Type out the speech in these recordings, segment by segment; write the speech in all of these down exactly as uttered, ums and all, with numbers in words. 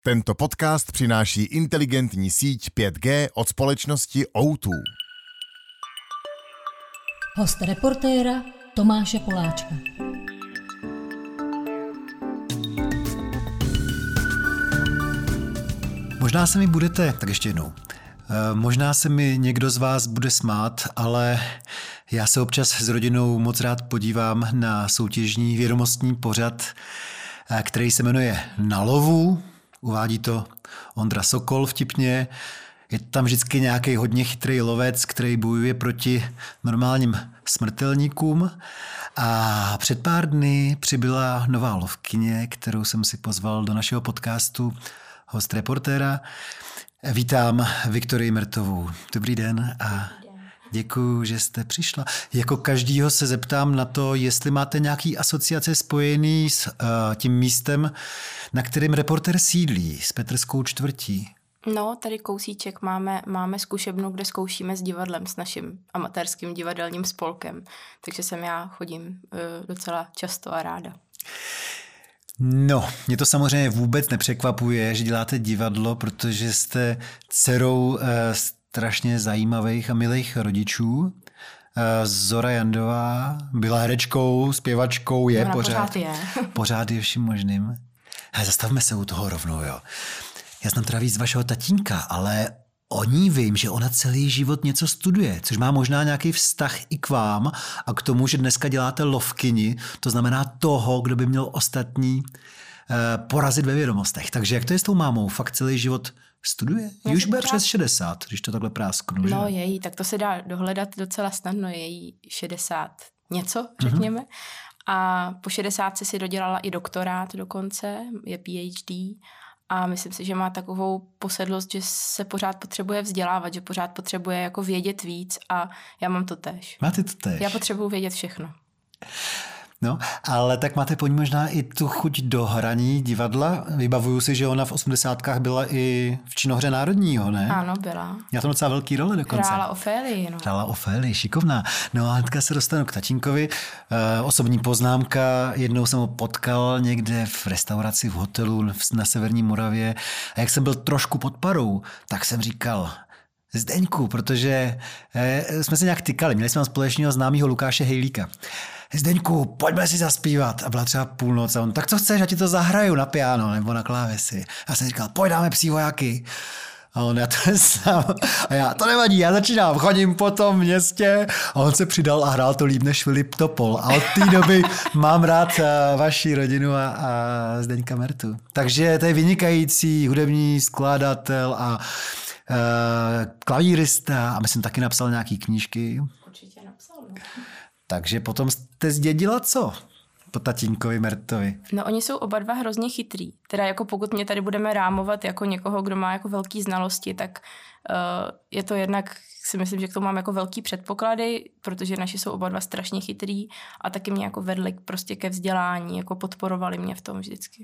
Tento podcast přináší inteligentní síť pět G od společnosti O dva. Host reportéra Tomáše Poláčka. Možná se mi budete, tak ještě jednou, možná se mi někdo z vás bude smát, ale já se občas s rodinou moc rád podívám na soutěžní vědomostní pořad, který se jmenuje Na lovu. Uvádí to Ondra Sokol vtipně. Je tam vždycky nějaký hodně chytrý lovec, který bojuje proti normálním smrtelníkům. A před pár dny přibyla nová lovkyně, kterou jsem si pozval do našeho podcastu, host reportéra. Vítám Viktorii Mertovou. Dobrý den a děkuji, že jste přišla. Jako každýho se zeptám na to, jestli máte nějaký asociace spojený s uh, tím místem, na kterém reportér sídlí, s Petrskou čtvrtí. No, tady kousíček máme, máme zkušebnu, kde zkoušíme s divadlem, s naším amatérským divadelním spolkem. Takže sem já chodím uh, docela často a ráda. No, mě to samozřejmě vůbec nepřekvapuje, že děláte divadlo, protože jste dcerou eh, strašně zajímavých a milých rodičů. Eh, Zora Jandová byla herečkou, zpěvačkou, je Ona pořád. pořád je. Pořád je vším možným. He, zastavme se u toho rovnou, jo. Já znám teda víc vašeho tatínka, ale o ní vím, že ona celý život něco studuje, což má možná nějaký vztah i k vám a k tomu, že dneska děláte lovkyni, to znamená toho, kdo by měl ostatní eh, porazit ve vědomostech. Takže jak to je s tou mámou? Fakt celý život studuje? Jí už bude přes šedesát, když to takhle prásknu. No že? její, tak to se dá dohledat docela snadno, je jí šedesát něco, řekněme. Mm-hmm. A po šedesátce si dodělala i doktorát dokonce, je P H D. A myslím si, že má takovou posedlost, že se pořád potřebuje vzdělávat, že pořád potřebuje jako vědět víc a já mám to též. Máte to též? Já potřebuji vědět všechno. No, ale tak máte po ní možná i tu chuť do hraní divadla. Vybavuju si, že ona v osmdesátkách byla i v Činohře národního, ne? Ano, byla. Měla tam docela velký role dokonce. Hrála Ofélii, no. Hrála Ofélii, šikovná. No a hnedka se dostanu k tatínkovi. E, osobní poznámka, jednou jsem ho potkal někde v restauraci v hotelu na Severní Moravě a jak jsem byl trošku pod parou, tak jsem říkal... Zdeňku, protože e, jsme se nějak tykali. Měli jsme tam společného známého Lukáše Hejlíka. Zdeňku, pojďme si zaspívat. A byla třeba půlnoc a on, tak co chceš, já ti to zahraju na piano nebo na klávesi. Já jsem říkal, pojď dáme Psí vojáky. A on, já to sám. A já, to nevadí, já začínám, chodím po tom městě. A on se přidal a hrál to líp než Filip Topol. A od té doby mám rád vaši rodinu a, a Zdeňka Mertu. Takže to je vynikající hudební skladatel a uh, klavírista a myslím taky napsal nějaký knížky. Určitě napsal, no. Takže potom jste zdědila co? Po tatínkovi Mertovi. No oni jsou oba dva hrozně chytrý. Teda jako pokud mě tady budeme rámovat jako někoho, kdo má jako velký znalosti, tak uh, je to jednak, si myslím, že k tomu mám jako velký předpoklady, protože naši jsou oba dva strašně chytrý a taky mě jako vedli prostě ke vzdělání, jako podporovali mě v tom vždycky.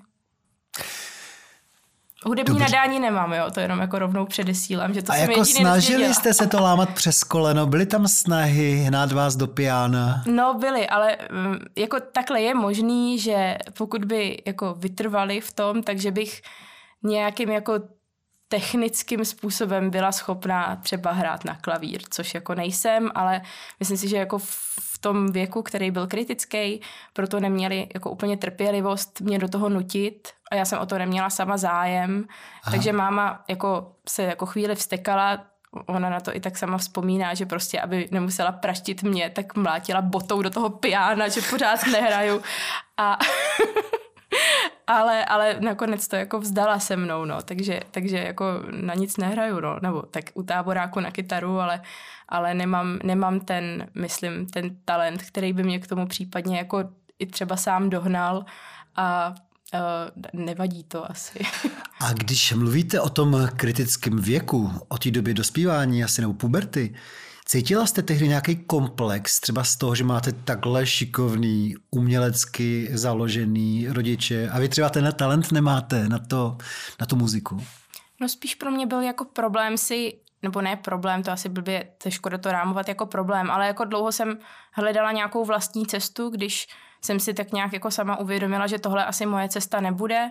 Hudební Dobře. nadání nemám, jo, to jenom jako rovnou předesílám, že to a jsem jako jediný snažili nezvěděla. jste se to lámat přes koleno, byly tam snahy hnát vás do piana? No byly, ale jako takhle je možný, že pokud by jako vytrvali v tom, takže bych nějakým jako technickým způsobem byla schopná třeba hrát na klavír, což jako nejsem, ale myslím si, že jako v tom věku, který byl kritický, proto neměli jako úplně trpělivost mě do toho nutit a já jsem o to neměla sama zájem, Aha. takže máma jako se jako chvíli vztekala, ona na to i tak sama vzpomíná, že prostě, aby nemusela praštit mě, tak mlátila botou do toho piána, že pořád nehraju a... Ale, ale nakonec to jako vzdala se mnou, no, takže, takže jako na nic nehraju, no, nebo tak u táboráku na kytaru, ale, ale nemám, nemám ten, myslím, ten talent, který by mě k tomu případně jako i třeba sám dohnal a uh, nevadí to asi. A když mluvíte o tom kritickém věku, o té době dospívání asi nebo puberty, cítila jste tehdy nějaký komplex, třeba z toho, že máte takhle šikovný, umělecky založený rodiče a vy třeba ten talent nemáte na, to, na tu muziku? No spíš pro mě byl jako problém si, nebo ne problém, to asi blbě, to je škoda to rámovat jako problém, ale jako dlouho jsem hledala nějakou vlastní cestu, když jsem si tak nějak jako sama uvědomila, že tohle asi moje cesta nebude,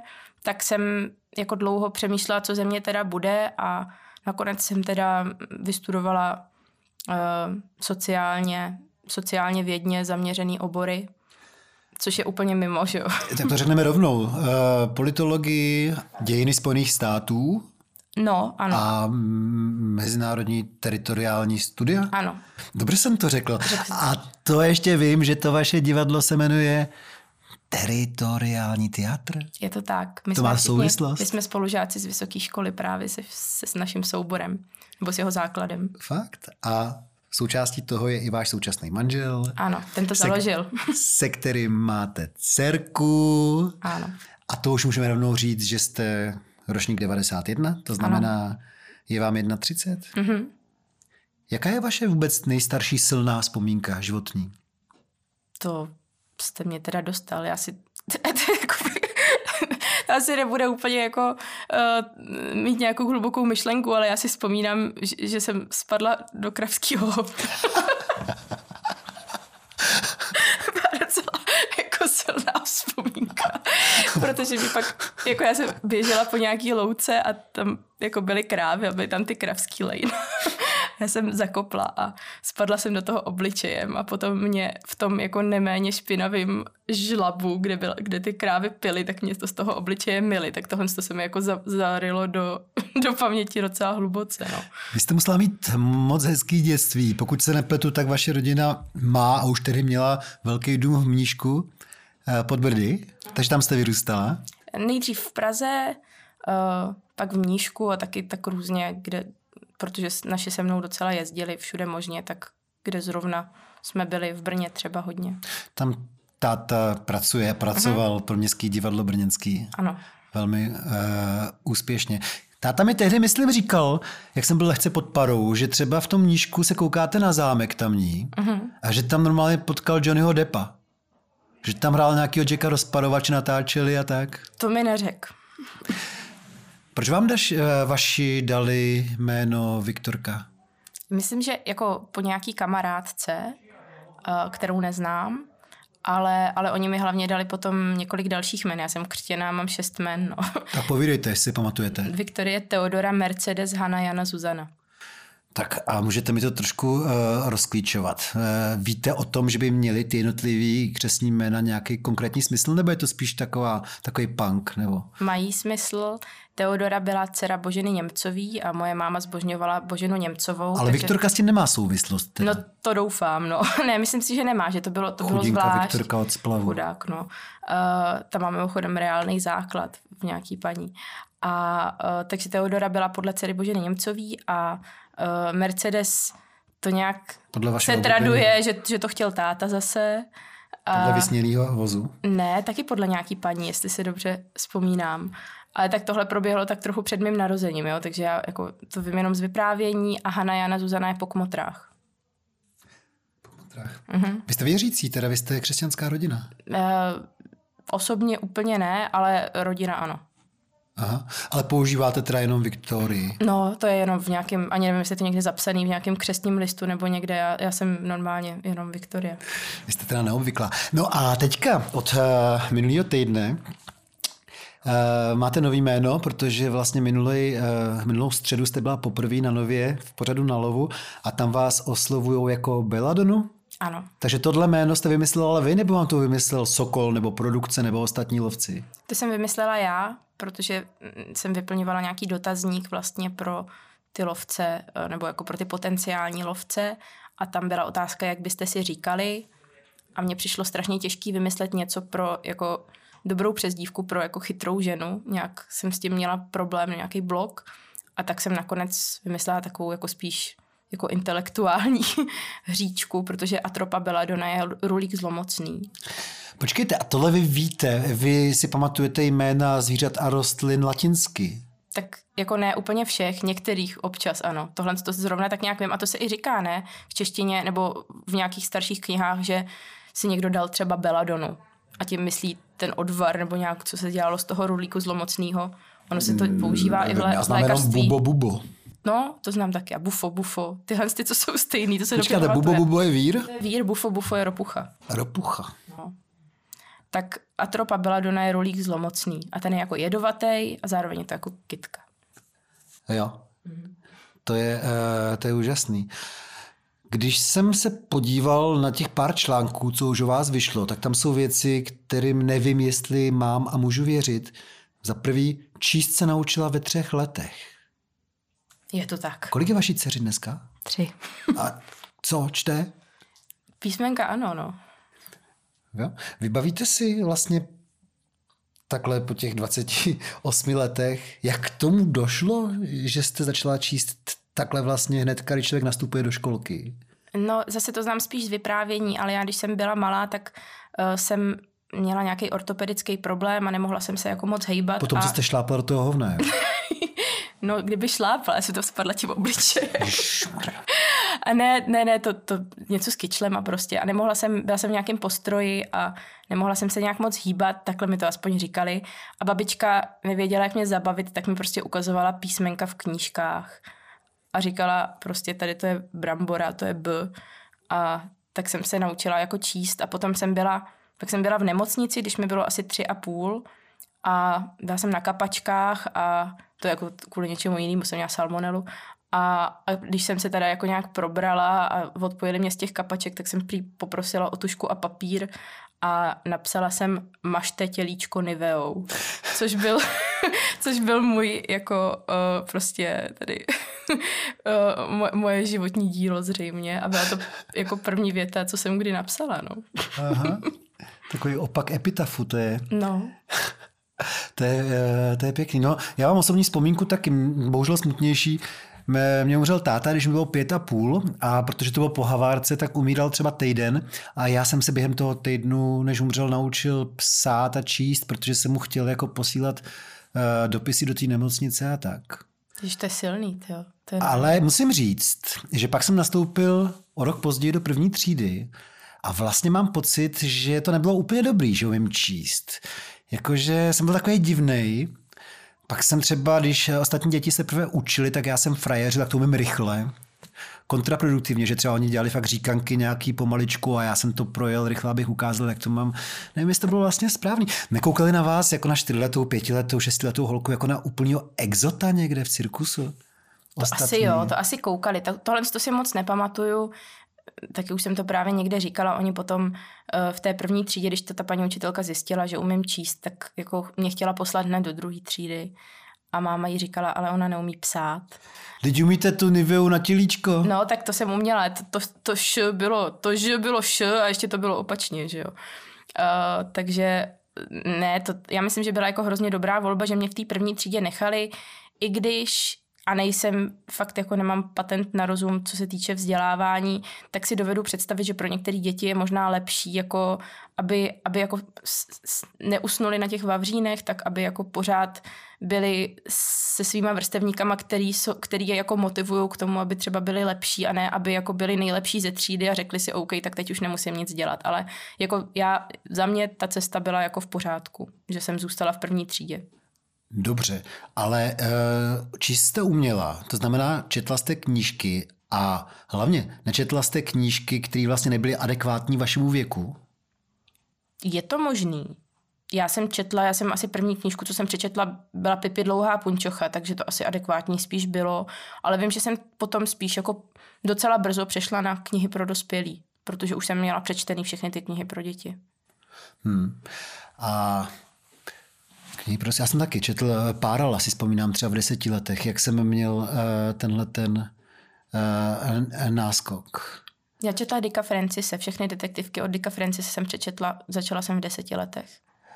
tak jsem jako dlouho přemýšlela, co ze mě teda bude a nakonec jsem teda vystudovala uh, sociálně, sociálně vědně zaměřený obory, což je úplně mimo, že jo. Tak to řekneme rovnou. Uh, politologii, dějiny Spojených států. No, ano. A mezinárodní teritoriální studia? Ano. Dobře jsem to řekl. A to ještě vím, že to vaše divadlo se jmenuje Teritoriální teatr? Je to tak. My to jsme má všichni, souvislost? My jsme spolužáci z vysoké školy právě se, se s naším souborem, nebo s jeho základem. Fakt? A součástí toho je i váš současný manžel. Ano, ten to se, založil. Se kterým máte dcerku. Ano. A to už můžeme rovnou říct, že jste ročník devadesát jedna, to znamená, ano. Je vám třicet jedna? Mm-hmm. Jaká je vaše vůbec nejstarší silná vzpomínka životní? To jste mě teda dostal. Já si... To asi nebude úplně jako uh, mít nějakou hlubokou myšlenku, ale já si vzpomínám, že, že jsem spadla do Kravského lovu. Docela jako silná vzpomínka. Protože mi pak, jako já jsem běžela po nějaký louce a tam jako byly krávy a byly tam ty kravský lejna. Já jsem zakopla a spadla jsem do toho obličejem a potom mě v tom jako neméně špinavým žlabu, kde, byl, kde ty krávy pily, tak mě to z toho obličeje myly. Tak tohle to se mi jako za, zarylo do, do paměti docela hluboce. No. Vy jste musela mít moc hezký dětství. Pokud se nepletu, tak vaše rodina má a už tedy měla velký dům v Mníšku pod Brdy, takže tam jste vyrůstala. Nejdřív v Praze, uh, pak v Mníšku a taky tak různě, kde, protože naši se mnou docela jezdili všude možně, tak kde zrovna jsme byli v Brně třeba hodně. Tam táta pracuje, pracoval uh-huh. pro Městský divadlo brněnský. Ano. Velmi uh, úspěšně. Táta mi tehdy, myslím, říkal, jak jsem byl lehce pod parou, že třeba v tom Mníšku se koukáte na zámek tamní uh-huh. a že tam normálně potkal Johnnyho Deppa. Že tam hrál nějakýho Jacka Rozparovače, natáčeli a tak. To mi neřek. Proč vám daš, vaši dali jméno Viktorka? Myslím, že jako po nějaký kamarádce, kterou neznám, ale, ale oni mi hlavně dali potom několik dalších jmen. Já jsem křtěná, mám šest jmen. No. Tak povídejte, jestli pamatujete. Viktorie, Teodora, Mercedes, Hana, Jana, Zuzana. Tak a můžete mi to trošku uh, rozklíčovat. Uh, víte o tom, že by měli ty jednotlivý křestní jména nějaký konkrétní smysl, nebo je to spíš taková, takový punk? Nebo? Mají smysl. Teodora byla dcera Boženy Němcový a moje máma zbožňovala Boženu Němcovou. Ale takže... Viktorka s tím nemá souvislost. Teda. No to doufám, no. Ne, myslím si, že nemá, že to bylo, to bylo Chudinka zvlášť. Viktorka od splavu. Chudák, no. Uh, tam máme mimochodem reálný základ v nějaký paní. A uh, takže Teodora byla podle dcery Boženy Němcový a uh, Mercedes to nějak se traduje, že, že to chtěl táta zase. Podle vysněnýho vozu? Ne, taky podle nějaký paní, jestli si dobře vzpomínám. Ale tak tohle proběhlo tak trochu před mým narozením, jo? Takže já jako to vím jenom z vyprávění a Hana, Jana, Zuzana je po kmotrách. Po kmotrách. Mhm. Vy jste věřící, teda vy jste křesťanská rodina? Uh, osobně úplně ne, ale rodina ano. Aha, ale používáte teda jenom Viktorii? No, to je jenom v nějakém, ani nevím, jestli je to někde zapsaný v nějakém křestním listu nebo někde, já, já jsem normálně jenom Viktorie. Vy jste teda neobvyklá. No a teďka od uh, minulého týdne Uh, máte nový jméno, protože vlastně minulý, uh, minulou středu jste byla poprvé na Nově v pořadu Na lovu a tam vás oslovujou jako Belladonu? Ano. Takže tohle jméno jste vymyslela ale vy, nebo vám to vymyslel Sokol, nebo produkce, nebo ostatní lovci? To jsem vymyslela já, protože jsem vyplňovala nějaký dotazník vlastně pro ty lovce, nebo jako pro ty potenciální lovce a tam byla otázka, jak byste si říkali a mně přišlo strašně těžký vymyslet něco pro jako dobrou přezdívku pro jako chytrou ženu. Nějak jsem s tím měla problém, nějaký blok a tak jsem nakonec vymyslela takovou jako spíš jako intelektuální hříčku, protože Atropa Belladonna je rulík zlomocný. Počkejte, a tohle vy víte, vy si pamatujete jména zvířat a rostlin latinsky? Tak jako ne úplně všech, některých občas ano. Tohle to zrovna tak nějak vím a to se i říká, ne? V češtině nebo v nějakých starších knihách, že si někdo dal třeba Belladonu a tím myslí ten odvar nebo nějak, co se dělalo z toho rulíku zlomocného. Ono se to používá hmm, i v lékařství. Já znám jenom bubo bubo. No, to znám taky. A bufo bufo. Tyhle ty, co jsou stejný, to se Počkáte, bubo bubo je vír? Vír, bufo bufo je ropucha. Ropucha. No. tak Atropa belladonna je rolík zlomocný a ten je jako jedovatý a zároveň je to jako kytka. Jo, to je, uh, to je úžasný. Když jsem se podíval na těch pár článků, co už o vás vyšlo, tak tam jsou věci, kterým nevím, jestli mám a můžu věřit. Za prvý, číst se naučila ve třech letech. Je to tak. Kolik je vaší dceři dneska? Tři. A co čte? Písmenka ano, no. Jo? Vybavíte si vlastně takhle po těch dvaceti osmi letech, jak k tomu došlo, že jste začala číst takhle vlastně hned, když člověk nastupuje do školky? No, zase to znám spíš z vyprávění, ale já, když jsem byla malá, tak uh, jsem měla nějaký ortopedický problém a nemohla jsem se jako moc hejbat. Potom a... jste šlápla do toho hovna, jo? No, kdyby šlápla, já se to spadla tím obličeje. A ne, ne, ne, to, to něco s kyčlem a prostě. A nemohla jsem, byla jsem v nějakém postroji a nemohla jsem se nějak moc hýbat, takhle mi to aspoň říkali. A babička nevěděla, jak mě zabavit, tak mi prostě ukazovala písmenka v knížkách. A říkala prostě, tady to je brambora, to je B. A tak jsem se naučila jako číst a potom jsem byla, tak jsem byla v nemocnici, když mi bylo asi tři a půl a byla jsem na kapačkách a to jako kvůli něčemu jinému, jsem měla salmonelu. A, a když jsem se teda jako nějak probrala a odpojili mě z těch kapaček, tak jsem prý poprosila o tušku a papír a napsala jsem mažte tělíčko Niveou, což byl, což byl můj jako uh, prostě tady uh, moje, moje životní dílo zřejmě a byla to jako první věta, co jsem kdy napsala, no. Aha, takový opak epitafu to je. No. To je, to je pěkný. No, já mám osobní vzpomínku taky, bohužel smutnější. Mě umřel táta, když mi bylo pět a půl a protože to bylo po havárce, tak umíral třeba týden a já jsem se během toho týdnu, než umřel, naučil psát a číst, protože jsem mu chtěl jako posílat uh, dopisy do té nemocnice a tak. Když to je silný, jo. To je... Ale musím říct, že pak jsem nastoupil o rok později do první třídy a vlastně mám pocit, že to nebylo úplně dobrý, že umím číst. Jakože jsem byl takový divnej. Pak jsem třeba, když ostatní děti se prvé učili, tak já jsem frajeřil, tak to umím rychle. Kontraproduktivně, že třeba oni dělali fakt říkanky nějaký pomaličku a já jsem to projel rychle, abych ukázal, jak to mám. Nevím, jestli to bylo vlastně správný. Nekoukali na vás jako na čtyřletou, pětiletou, šestiletou holku, jako na úplného exota někde v cirkusu? Ostatní. To asi jo, to asi koukali. Tohle to si moc nepamatuju. Taky už jsem to právě někde říkala, oni potom v té první třídě, když to ta paní učitelka zjistila, že umím číst, tak jako mě chtěla poslat hned do druhé třídy a máma jí říkala, ale ona neumí psát. Teď umíte tu Niveu na tělíčko? No, tak to jsem uměla, to, to, to š bylo, to ž bylo š a ještě to bylo opačně, že jo. Uh, takže ne, to, já myslím, že byla jako hrozně dobrá volba, že mě v té první třídě nechali, i když a nejsem, fakt jako nemám patent na rozum, co se týče vzdělávání, tak si dovedu představit, že pro některé děti je možná lepší, jako aby, aby jako neusnuli na těch vavřínech, tak aby jako pořád byli se svýma vrstevníkama, který, so, který je jako motivují k tomu, aby třeba byli lepší a ne, aby jako byli nejlepší ze třídy a řekli si OK, tak teď už nemusím nic dělat. Ale jako já, za mě ta cesta byla jako v pořádku, že jsem zůstala v první třídě. Dobře, ale uh, číst jste uměla, to znamená, četla jste knížky a hlavně nečetla jste knížky, které vlastně nebyly adekvátní vašemu věku? Je to možný. Já jsem četla, já jsem asi první knížku, co jsem přečetla, byla Pipi dlouhá punčocha, takže to asi adekvátní spíš bylo, ale vím, že jsem potom spíš jako docela brzo přešla na knihy pro dospělí, protože už jsem měla přečtený všechny ty knihy pro děti. Hmm. A knihy prostě, já jsem taky četl Párala, si vzpomínám třeba v deseti letech, jak jsem měl uh, tenhle ten uh, náskok. Já četla Dicka Francise, všechny detektivky od Dicka Francise jsem přečetla, začala jsem v deseti letech.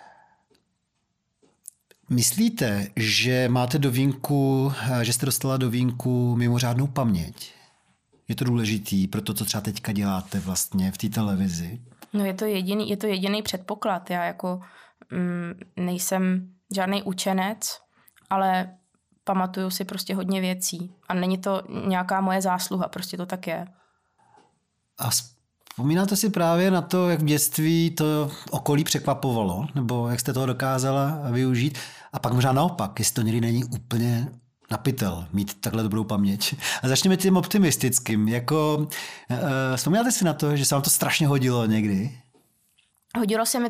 Myslíte, že máte do vínku, že jste dostala do vínku mimořádnou paměť? Je to důležitý pro to, co třeba teďka děláte vlastně v té televizi? No je to jediný, je to jediný předpoklad. Já jako mm, nejsem žádný učenec, ale pamatuju si prostě hodně věcí. A není to nějaká moje zásluha, prostě to tak je. A vzpomínáte si právě na to, jak v dětství to okolí překvapovalo? Nebo jak jste toho dokázala využít? A pak možná naopak, jestli to někdy není úplně na pytel mít takhle dobrou paměť. A začněme tím optimistickým. Jako, uh, vzpomínáte si na to, že se vám to strašně hodilo někdy? Hodilo se mi to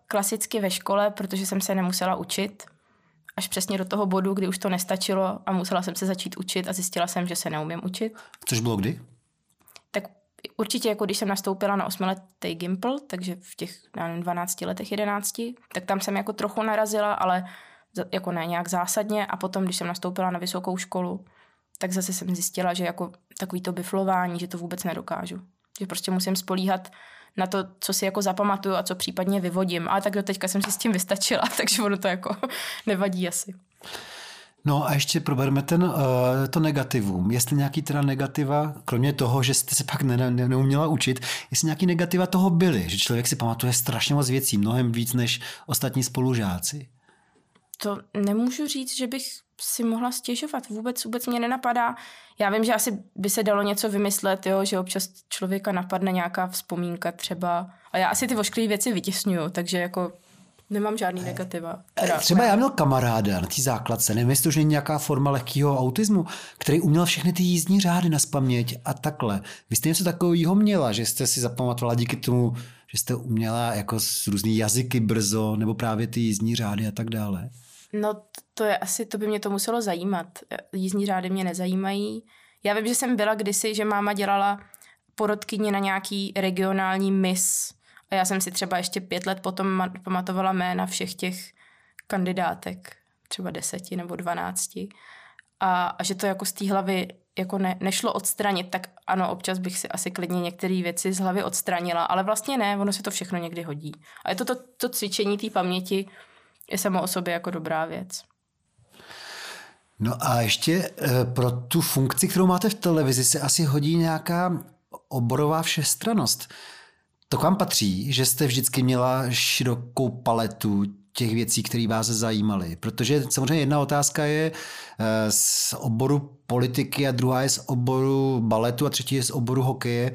klasicky ve škole, protože jsem se nemusela učit. Až přesně do toho bodu, kdy už to nestačilo a musela jsem se začít učit a zjistila jsem, že se neumím učit. Což bylo kdy? Tak určitě, jako když jsem nastoupila na osmiletý Gimpl, takže v těch nevím, dvanácti letech, jedenácti, tak tam jsem jako trochu narazila, ale jako ne nějak zásadně. A potom, když jsem nastoupila na vysokou školu, tak zase jsem zjistila, že jako takový to biflování, že to vůbec nedokážu. Že prostě musím spolíhat na to, co si jako zapamatuju a co případně vyvodím. Ale tak do teďka jsem si s tím vystačila, takže ono to jako nevadí asi. No a ještě proberme ten, uh, to negativum. Jestli nějaký teda negativa, kromě toho, že jste se pak ne, ne, neuměla učit, jestli nějaký negativa toho byly, že člověk si pamatuje strašně moc věcí, mnohem víc než ostatní spolužáci. To nemůžu říct, že bych si mohla stěžovat. Vůbec, vůbec mě nenapadá. Já vím, že asi by se dalo něco vymyslet, jo, že občas člověka napadne nějaká vzpomínka třeba. A já asi ty ošklivé věci vytěsňuju, takže jako nemám žádný negativa. Teda, třeba já měl kamaráda na té základce, nevím, jestli to už není nějaká forma lehkého autismu, který uměl všechny ty jízdní řády nazpaměť a takhle. Vy jste něco takového měla, že jste si zapamatovala díky tomu, že jste uměla jako z různý jazyky brzo, nebo právě ty jízdní řády a tak dále? No to je asi, to by mě to muselo zajímat. Jízdní řády mě nezajímají. Já vím, že jsem byla kdysi, že máma dělala porodkyni na nějaký regionální miss a já jsem si třeba ještě pět let potom pamatovala jména všech těch kandidátek, třeba deseti nebo dvanácti. A, a že to jako z té hlavy jako ne, nešlo odstranit, tak ano, občas bych si asi klidně některé věci z hlavy odstranila, ale vlastně ne, ono se to všechno někdy hodí. A je to to, to cvičení té paměti je samo o sobě jako dobrá věc. No a ještě pro tu funkci, kterou máte v televizi, se asi hodí nějaká oborová všestrannost. To k vám patří, že jste vždycky měla širokou paletu těch věcí, které vás zajímaly. Protože samozřejmě jedna otázka je z oboru politiky a druhá je z oboru baletu a třetí je z oboru hokeje.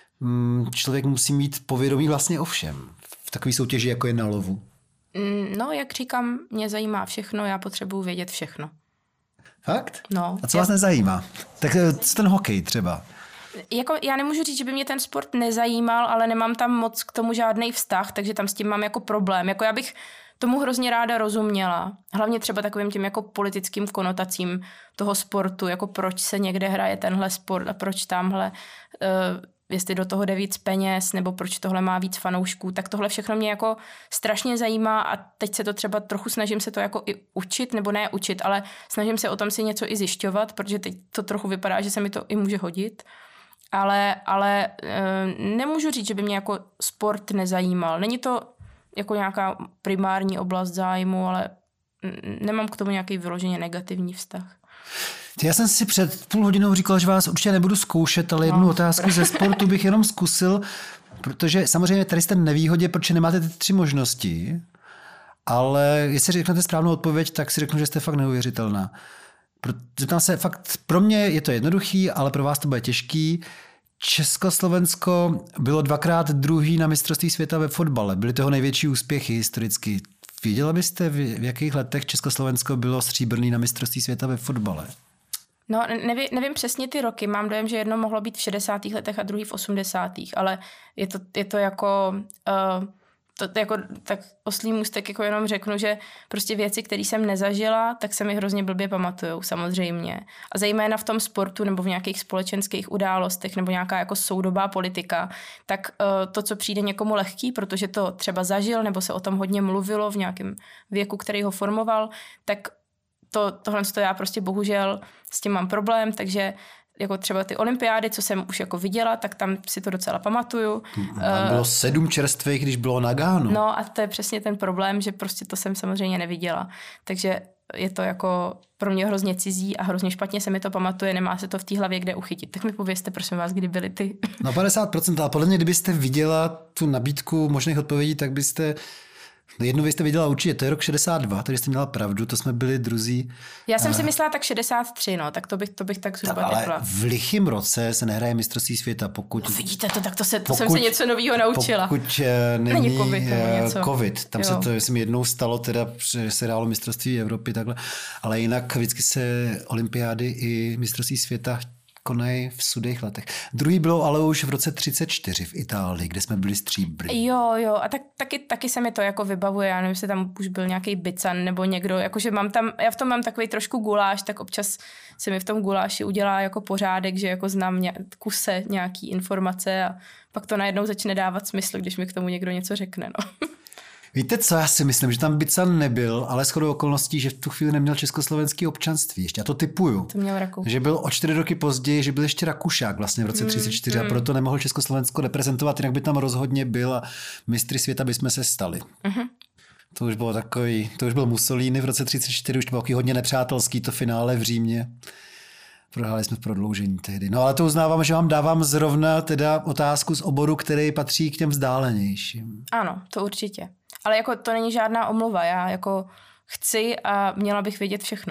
Člověk musí mít povědomí vlastně o všem. V takové soutěži, jako je na lovu. No, jak říkám, mě zajímá všechno, já potřebuji vědět všechno. Fakt? No. A co vás já... nezajímá? Tak co ten hokej třeba? Jako, já nemůžu říct, že by mě ten sport nezajímal, ale nemám tam moc k tomu žádný vztah, takže tam s tím mám jako problém. Jako já bych tomu hrozně ráda rozuměla. Hlavně třeba takovým tím jako politickým konotacím toho sportu, jako proč se někde hraje tenhle sport a proč tamhle... Uh, jestli do toho jde víc peněz, nebo proč tohle má víc fanoušků, tak tohle všechno mě jako strašně zajímá a teď se to třeba trochu snažím se to jako i učit, nebo ne učit, ale snažím se o tom si něco i zjišťovat, protože teď to trochu vypadá, že se mi to i může hodit, ale, ale e, nemůžu říct, že by mě jako sport nezajímal. Není to jako nějaká primární oblast zájmu, ale nemám k tomu nějaký vyloženě negativní vztah. Já jsem si před půl hodinou říkal, že vás určitě nebudu zkoušet, ale jednu no, otázku ze sportu bych jenom zkusil, protože samozřejmě tady jste v nevýhodě, protože nemáte ty tři možnosti, ale jestli řeknete správnou odpověď, tak si řeknu, že jste fakt neuvěřitelná. Zeptám se, fakt pro mě je to jednoduchý, ale pro vás to bude těžký. Československo bylo dvakrát druhý na mistrovství světa ve fotbale. Byly toho největší úspěchy historicky. Věděla byste, v jakých letech Československo bylo stříbrný na mistrovství světa ve fotbale? No, nevím, nevím přesně ty roky. Mám dojem, že jedno mohlo být v šedesátých letech a druhý v osmdesátých ale je to, je to jako... Uh, to, to jako tak oslý můstek jako jenom řeknu, že prostě věci, které jsem nezažila, tak se mi hrozně blbě pamatujou, samozřejmě. A zejména v tom sportu nebo v nějakých společenských událostech nebo nějaká jako soudobá politika, tak uh, to, co přijde někomu lehký, protože to třeba zažil nebo se o tom hodně mluvilo v nějakém věku, který ho formoval, tak to, tohle to já prostě bohužel s tím mám problém, takže jako třeba ty olympiády, co jsem už jako viděla, tak tam si to docela pamatuju. Tam bylo sedm čerstvých, když bylo Nagano. No a to je přesně ten problém, že prostě to jsem samozřejmě neviděla. Takže je to jako pro mě hrozně cizí a hrozně špatně se mi to pamatuje, nemá se to v té hlavě kde uchytit. Tak mi povězte, prosím vás, kdy byly ty. No padesát procent, ale podle mě, kdybyste viděla tu nabídku možných odpovědí, tak byste... No jednu vy jste viděla určitě, to je rok šedesát dva, takže jste měla pravdu, to jsme byli druzí. Já jsem si myslela tak šedesát tři, no, tak to bych, to bych tak zhruba tak, ale řekla. v lichým roce se nehraje mistrovství světa, pokud... No vidíte to, tak to, se, to pokud, jsem se něco nového naučila. Pokud není, není COVID, něco. COVID. Tam jo. se to, myslím, jednou stalo teda, že se hrálo mistrovství Evropy takhle, ale jinak vždycky se olympiády i mistrovství světa konají v sudých letech. Druhý bylo ale už v roce třicet čtyři v Itálii, kde jsme byli stříbrní. Jo, jo, a tak, taky, taky se mi to jako vybavuje, já nevím, jestli tam už byl nějaký bican nebo někdo, jakože mám tam, já v tom mám takový trošku guláš, tak občas se mi v tom guláši udělá jako pořádek, že jako znám ně, kuse nějaký informace a pak to najednou začne dávat smysl, když mi k tomu někdo něco řekne, no. Víte co, já si myslím, že tam bican nebyl, ale shodou okolností, že v tu chvíli neměl československý občanství. Ještě já to tipuju. To měl Rakousko. Že byl o čtyři roky později, že byl ještě Rakušák vlastně v roce mm, třicet čtyři mm. a proto nemohl Československo reprezentovat, jinak by tam rozhodně byl a mistry světa bychom se stali. Mm-hmm. To už bylo takový, to už byl Mussolini v roce třicet čtyři, už to bylo hodně nepřátelský to finále v Římě. Prohráli jsme v prodloužení tehdy. No ale to uznávám, že vám dávám zrovna teda otázku z oboru, který patří k těm vzdálenějším. Ano, to určitě. Ale jako to není žádná omluva. Já jako chci a měla bych vědět všechno.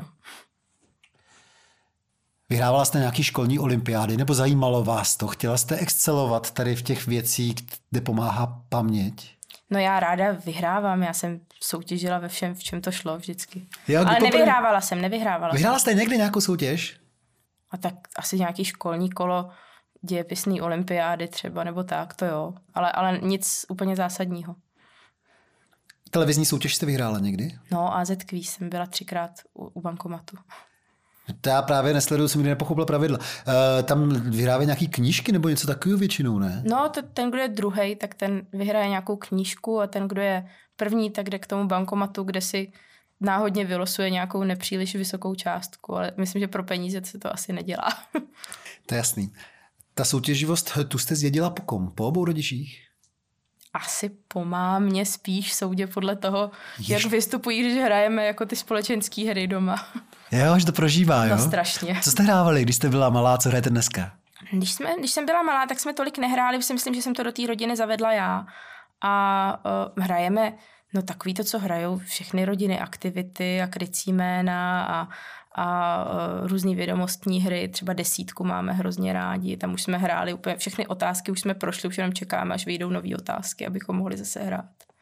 Vyhrávala jste nějaký školní olympiády nebo zajímalo vás to? Chtěla jste excelovat tady v těch věcích, kde pomáhá paměť? No já ráda vyhrávám, já jsem soutěžila ve všem, v čem to šlo vždycky. Jo, ale poprvé... nevyhrávala jsem, nevyhrávala Vyhrála jsem. jste někdy nějakou soutěž? A tak asi nějaký školní kolo, dějepisný olympiády třeba, nebo tak, to jo. Ale, ale nic úplně zásadního. Televizní soutěž jste vyhrála někdy? No, A Z Quiz jsem byla třikrát u, u bankomatu. To já právě nesleduju, jsem nikdy nepochopil pravidla. E, tam vyhrávají nějaký knížky nebo něco takového většinou, ne? No, to, ten, kdo je druhej, tak ten vyhraje nějakou knížku a ten, kdo je první, tak jde k tomu bankomatu, kde si náhodně vylosuje nějakou nepříliš vysokou částku, ale myslím, že pro peníze se to asi nedělá. To je jasný. Ta soutěživost, tu jste zdědila po kom? Po obou rodičích? Asi po mámě spíš soudě podle toho, Jež... jak vystupují, když hrajeme jako ty společenské hry doma. Jo, že to prožívá, jo? No strašně. Co jste hrávali, když jste byla malá, co hrajete dneska? Když, jsme, když jsem byla malá, tak jsme tolik nehráli, si myslím, že jsem to do té rodiny zavedla já. A uh, hrajeme, no takový to, co hrajou všechny rodiny, aktivity a krycí jména a, a uh, různý vědomostní hry, třeba desítku máme hrozně rádi, tam už jsme hráli úplně všechny otázky, už jsme prošli, už jenom čekáme, až vyjdou nový otázky, abychom mohli zase hrát.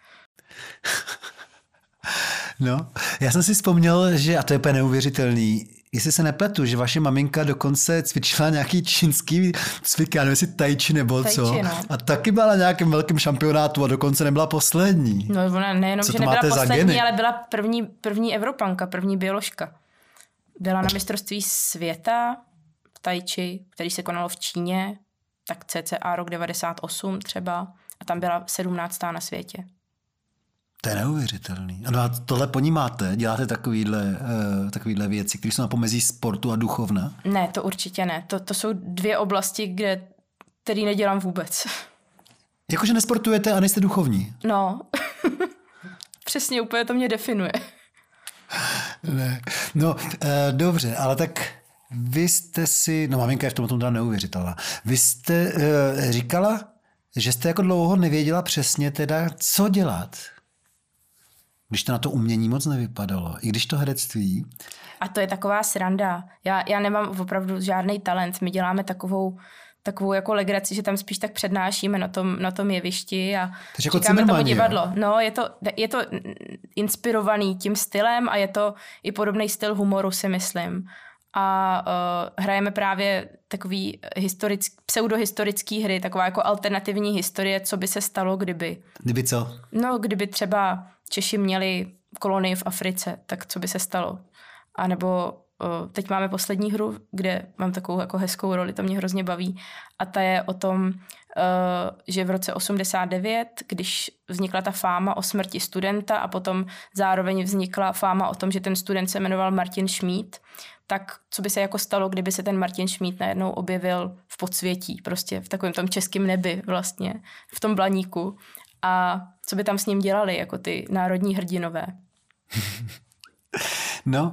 No, já jsem si vzpomněl, že, a to je úplně neuvěřitelný, jestli se nepletu, že vaše maminka dokonce cvičila nějaký čínský cvik, já nevím, jestli tai chi nebo tai co. Chi, no. A taky byla na nějakém velkém šampionátu a dokonce nebyla poslední. No ona nejenom, co že nebyla poslední, ale byla první, první Evropanka, první bioložka. Byla na mistrovství světa v tai chi, který se konalo v Číně, tak cca rok devadesát osm třeba, a tam byla sedmnáctá na světě. To je neuvěřitelný. No a tohle ponímáte? Děláte takovýhle, uh, takovýhle věci, které jsou na pomezí sportu a duchovna? Ne, to určitě ne. To, to jsou dvě oblasti, kde, který nedělám vůbec. Jakože nesportujete a nejste duchovní? No, přesně úplně to mě definuje. Ne. No, uh, dobře, ale tak vy jste si, no maminka je v tom teda neuvěřitelná. Vy jste uh, říkala, že jste jako dlouho nevěděla přesně teda, co dělat. Když to na to umění moc nevypadalo, i když to herectví. A to je taková sranda. Já, já nemám opravdu žádný talent. My děláme takovou, takovou jako legraci, že tam spíš tak přednášíme na tom, na tom jevišti a jako říkáme tomu divadlo. No, je to, je to inspirovaný tím stylem a je to i podobný styl humoru, si myslím. A uh, hrajeme právě takový historický, pseudohistorický hry, taková jako alternativní historie, co by se stalo, kdyby. Kdyby co? No, kdyby třeba Češi měli kolonii v Africe, tak co by se stalo? A nebo uh, teď máme poslední hru, kde mám takovou jako hezkou roli, to mě hrozně baví. A ta je o tom, uh, že v roce osmdesát devět, když vznikla ta fáma o smrti studenta a potom zároveň vznikla fáma o tom, že ten student se jmenoval Martin Šmíd, tak co by se jako stalo, kdyby se ten Martin Šmíd najednou objevil v podsvětí, prostě v takovém tom českém nebi vlastně, v tom Blaníku. A co by tam s ním dělali, jako ty národní hrdinové? No,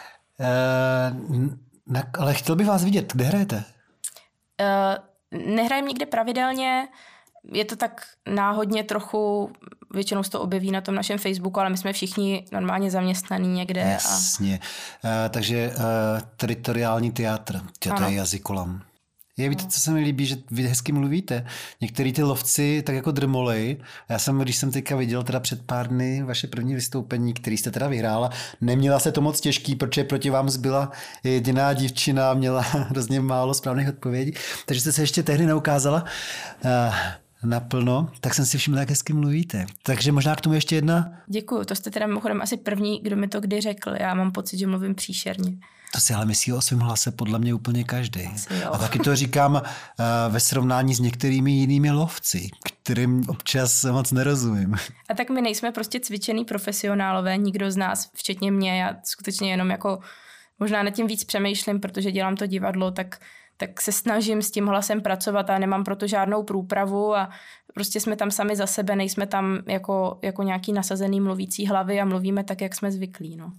uh, ale chtěl bych vás vidět. Kde hrajete? Uh, nehrajem nikde pravidelně, je to tak náhodně trochu, většinou se to objeví na tom našem Facebooku, ale my jsme všichni normálně zaměstnaní někde. Jasně. A... Uh, takže uh, teritoriální teatr, to je jazykolam. Je, víte, co se mi líbí, že vy hezky mluvíte. Některý ty lovci tak jako drmolej. Já jsem, když jsem teďka viděl teda před pár dny vaše první vystoupení, který jste teda vyhrála, neměla se to moc těžký, protože proti vám zbyla jediná dívčina, měla hrozně málo správných odpovědí, takže jste se ještě tehdy neukázala uh, naplno, tak jsem si všiml, jak hezky mluvíte. Takže možná k tomu ještě jedna? Děkuju, to jste teda mimochodem asi první, kdo mi to kdy řekl. Já mám pocit, že mluvím příšerně. To si ale myslí o svém hlase podle mě úplně každý. A taky to říkám uh, ve srovnání s některými jinými lovci, kterým občas moc nerozumím. A tak my nejsme prostě cvičený profesionálové, nikdo z nás, včetně mě, já skutečně jenom jako možná nad tím víc přemýšlím, protože dělám to divadlo, tak, tak se snažím s tím hlasem pracovat a nemám proto žádnou průpravu a prostě jsme tam sami za sebe, nejsme tam jako, jako nějaký nasazený mluvící hlavy a mluvíme tak, jak jsme zvyklí, no.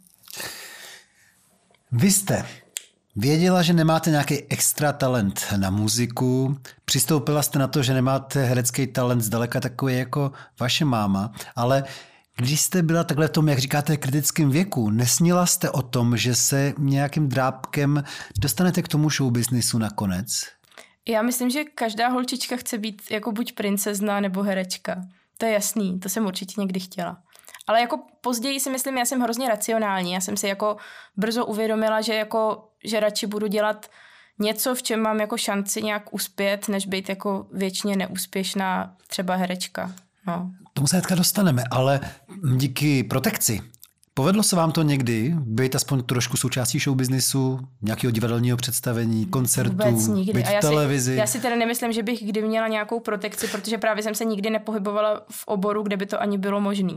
Vy jste věděla, že nemáte nějaký extra talent na muziku, přistoupila jste na to, že nemáte herecký talent zdaleka takový jako vaše máma, ale když jste byla takhle v tom, jak říkáte, kritickém věku, nesnila jste o tom, že se nějakým drápkem dostanete k tomu showbiznisu nakonec? Já myslím, že každá holčička chce být jako buď princezna nebo herečka. To je jasný, to jsem určitě někdy chtěla. Ale jako později si myslím, já jsem hrozně racionální. Já jsem si jako brzo uvědomila, že jako, že radši budu dělat něco, v čem mám jako šanci nějak uspět, než být jako věčně neúspěšná třeba herečka. No. Tomu se hnedka dostaneme, ale díky protekci. Povedlo se vám to někdy být aspoň trošku součástí showbiznisu, nějakého divadelního představení, koncertů, být v televizi? Si, já si teda nemyslím, že bych kdy měla nějakou protekci, protože právě jsem se nikdy nepohybovala v oboru, kde by to ani bylo možné.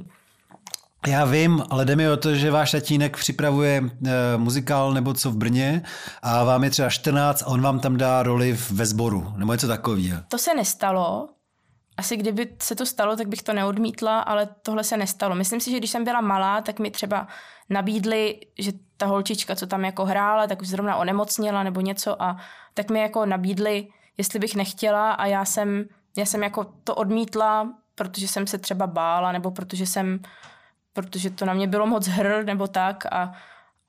Já vím, ale jde mi o to, že váš tatínek připravuje e, muzikál nebo co v Brně a vám je třeba čtrnáct a on vám tam dá roli ve sboru, nebo něco takového. To se nestalo. Asi kdyby se to stalo, tak bych to neodmítla, ale tohle se nestalo. Myslím si, že když jsem byla malá, tak mi třeba nabídli, že ta holčička, co tam jako hrála, tak už zrovna onemocněla nebo něco a tak mi jako nabídli, jestli bych nechtěla a já jsem, já jsem jako to odmítla, protože jsem se třeba bála nebo protože jsem protože to na mě bylo moc hr nebo tak a, a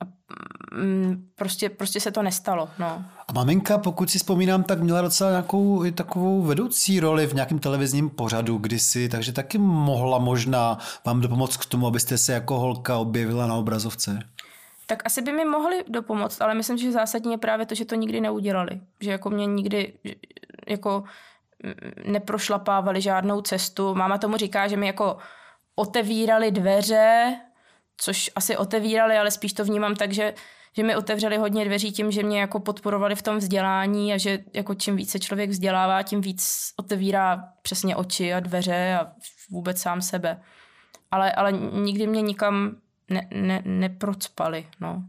mm, prostě, prostě se to nestalo. No. A maminka, pokud si vzpomínám, tak měla docela nějakou i takovou vedoucí roli v nějakém televizním pořadu kdysi, takže taky mohla možná vám dopomoct k tomu, abyste se jako holka objevila na obrazovce. Tak asi by mi mohli dopomoct, ale myslím, že zásadní je právě to, že to nikdy neudělali. Že jako mě nikdy jako neprošlapávali žádnou cestu. Máma tomu říká, že mi jako otevírali dveře, což asi otevírali, ale spíš to vnímám tak, že, že mi otevřeli hodně dveří tím, že mě jako podporovali v tom vzdělání a že jako čím více člověk vzdělává, tím víc otevírá přesně oči a dveře a vůbec sám sebe. Ale, ale nikdy mě nikam ne, ne, neprocpali, no.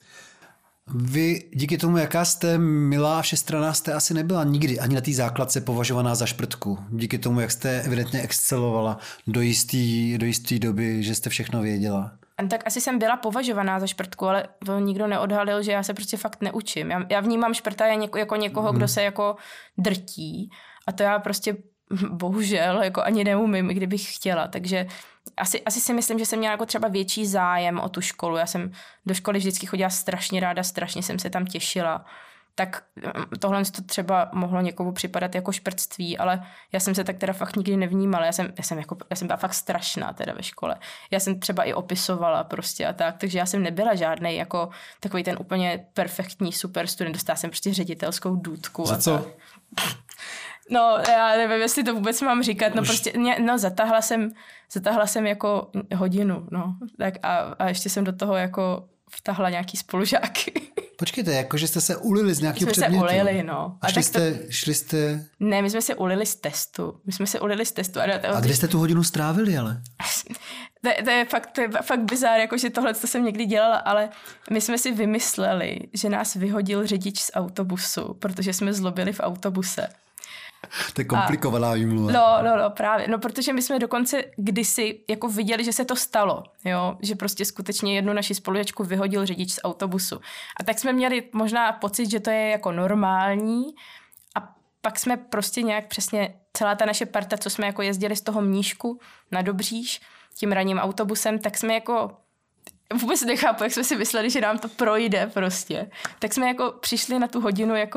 Vy díky tomu, jaká jste milá a všestranná, jste asi nebyla nikdy ani na té základce považovaná za šprtku. Díky tomu, jak jste evidentně excelovala do jisté do jistý doby, že jste všechno věděla. Tak asi jsem byla považovaná za šprtku, ale to nikdo neodhalil, že já se prostě fakt neučím. Já, já vnímám šprta jako, jako někoho, kdo se jako drtí a to já prostě bohužel jako ani neumím, kdybych chtěla. Takže asi, asi si myslím, že jsem měla jako třeba větší zájem o tu školu. Já jsem do školy vždycky chodila strašně ráda, strašně jsem se tam těšila. Tak tohle to třeba mohlo někomu připadat jako šprtství, ale já jsem se tak teda fakt nikdy nevnímala. Já jsem, já jsem, jako, já jsem byla fakt strašná teda ve škole. Já jsem třeba i opisovala prostě a tak, takže já jsem nebyla žádnej jako takový ten úplně perfektní super student. Dostala jsem prostě ředitelskou důtku. Za co? No, já nevím, jestli to vůbec mám říkat, no Už... prostě, no zatahla jsem, zatahla jsem jako hodinu, no, tak a, a ještě jsem do toho jako vtahla nějaký spolužáky. Počkejte, jakože jste se ulili z nějakého předmětu. My jsme se ulili, no. A, a šli, jste, to... šli jste... Ne, my jsme se ulili z testu. My jsme se ulili z testu. A, to... a kde jste tu hodinu strávili, ale? to, to, je fakt, to je fakt bizár, jakože tohle to jsem někdy dělala, ale my jsme si vymysleli, že nás vyhodil řidič z autobusu, protože jsme zlobili v autobuse. To je komplikovaná výmluva. No, no, no, právě. No, protože my jsme dokonce kdysi jako viděli, že se to stalo, jo, že prostě skutečně jednu naši spolužačku vyhodil řidič z autobusu. A tak jsme měli možná pocit, že to je jako normální a pak jsme prostě nějak přesně celá ta naše parta, co jsme jako jezdili z toho Mníšku na Dobříš tím ranním autobusem, tak jsme jako vůbec nechápu, jak jsme si mysleli, že nám to projde prostě. Tak jsme jako přišli na tu hodinu jako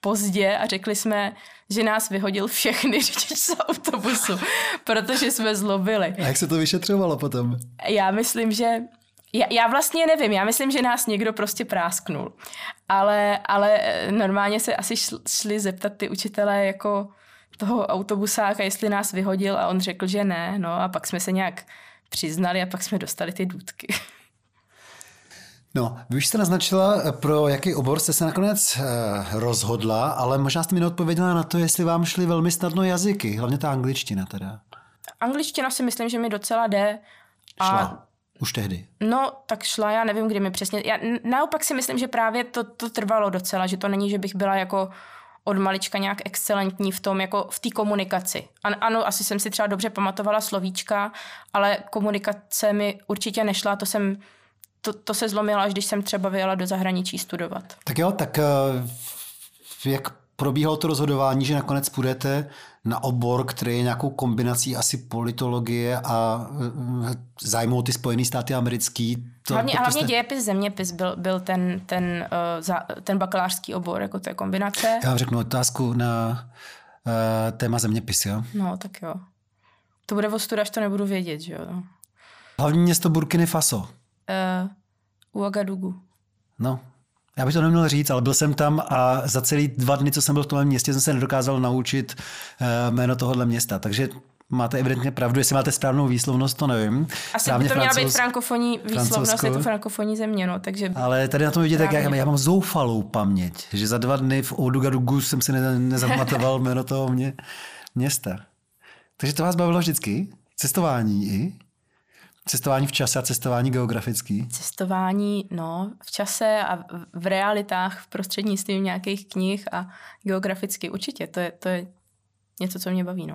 pozdě a řekli jsme, že nás vyhodil všechny řidič z autobusu, protože jsme zlobili. A jak se to vyšetřovalo potom? Já myslím, že... Já, já vlastně nevím, já myslím, že nás někdo prostě prásknul. Ale, ale normálně se asi šli zeptat ty učitelé jako toho autobusáka, jestli nás vyhodil a on řekl, že ne. No a pak jsme se nějak přiznali a pak jsme dostali ty důtky. No, vy už jste naznačila, pro jaký obor jste se nakonec eh, rozhodla, ale možná jste mi neodpověděla na to, jestli vám šly velmi snadno jazyky, hlavně ta angličtina teda. Angličtina si myslím, že mi docela jde. A šla. Už tehdy. No, tak šla, já nevím, kdy mi přesně. Já naopak si myslím, že právě to, to trvalo docela, že to není, že bych byla jako od malička nějak excelentní v tom, jako v té komunikaci. An, ano, asi jsem si třeba dobře pamatovala slovíčka, ale komunikace mi určitě nešla, to jsem, to, to se zlomilo, až když jsem třeba vyjela do zahraničí studovat. Tak jo, tak jak probíhalo to rozhodování, že nakonec půjdete na obor, který je nějakou kombinací asi politologie a zájmu ty Spojené státy americký. To, hlavně, hlavně jste... dějepis, zeměpis byl, byl ten, ten, uh, za, ten bakalářský obor, jako to je kombinace. Já vám řeknu otázku na uh, téma zeměpis, jo? No, tak jo. To bude ostuda, až to nebudu vědět, že jo. No. Hlavní město Burkiny Faso. Uh, Ouagadougou. No, já bych to neměl říct, ale byl jsem tam a za celý dva dny, co jsem byl v tom městě, jsem se nedokázal naučit uh, jméno tohohle města, takže máte evidentně pravdu, jestli máte správnou výslovnost, to nevím. Asi by to měla být frankofonní výslovnost, je to frankofonní země, no, takže... Ale tady na tom vidíte, jak já, já mám zoufalou paměť, že za dva dny v Ouagadougou jsem si ne, nezamatoval jméno toho mě, města. Takže to vás bavilo vždycky? Cestování i? Cestování v čase a cestování geografický? Cestování, no, v čase a v realitách, v prostřednictvím nějakých knih a geograficky určitě. To je, to je něco, co mě baví, no.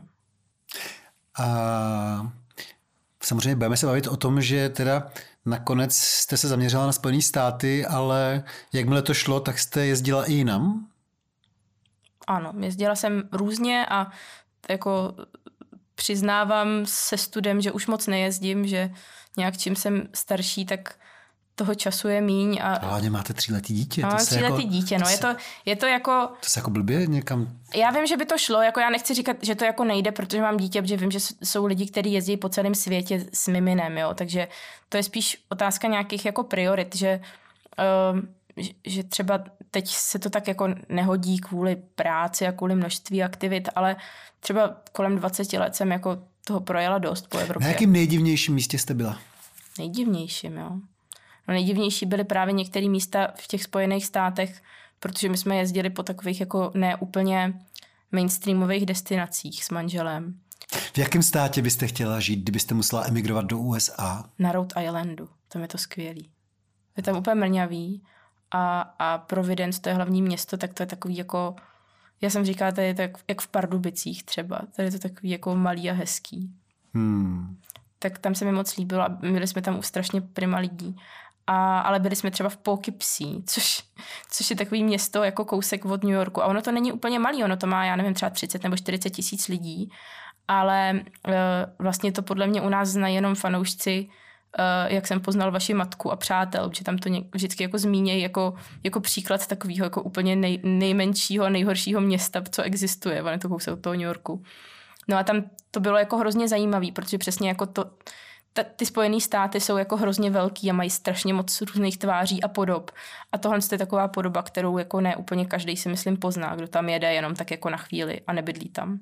A samozřejmě budeme se bavit o tom, že teda nakonec jste se zaměřila na Spojené státy, ale jakmile to šlo, tak jste jezdila i jinam? Ano, jezdila jsem různě a jako přiznávám se studem, že už moc nejezdím, že nějak čím jsem starší, tak toho času je míň. A hlavně máte tříletý dítě. Mám tříletý jako, to dítě, no. Se, je, to, je to jako... To se jako blbě někam... Já vím, že by to šlo, jako já nechci říkat, že to jako nejde, protože mám dítě, protože vím, že jsou lidi, kteří jezdí po celém světě s miminem, jo. Takže to je spíš otázka nějakých jako priorit, že, uh, že třeba teď se to tak jako nehodí kvůli práci a kvůli množství aktivit, ale třeba kolem dvaceti let jsem jako toho projela dost po Evropě. Na jakém nejdivnějším místě jste byla? Nejdivnějším, jo. No nejdivnější byly právě některé místa v těch Spojených státech, protože my jsme jezdili po takových jako neúplně mainstreamových destinacích s manželem. V jakém státě byste chtěla žít, kdybyste musela emigrovat do U S A? Na Rhode Islandu. Tam je to skvělý. Je tam úplně mrňavý a, a Providence, to je hlavní město, tak to je takový jako, já jsem říkala, tady je to jak, jak v Pardubicích třeba. Tady je to takový jako malý a hezký. Hmm. Tak tam se mi moc líbilo a měli jsme tam strašně prima lidí. A, ale byli jsme třeba v Poughkeepsie, což, což je takový město jako kousek od New Yorku. A ono to není úplně malý, ono to má, já nevím, třeba třicet nebo čtyřicet tisíc lidí, ale e, vlastně to podle mě u nás znají jenom fanoušci, e, jak jsem poznal vaši matku a přátel, že tam to ně, vždycky jako zmínějí jako, jako příklad takového jako úplně nej, nejmenšího, nejhoršího města, co existuje, ono je to kousek od toho New Yorku. No a tam to bylo jako hrozně zajímavý, protože přesně jako to... ty Spojené státy jsou jako hrozně velký a mají strašně moc různých tváří a podob. A tohle je taková podoba, kterou jako ne úplně každý si myslím pozná, kdo tam jede jenom tak jako na chvíli a nebydlí tam.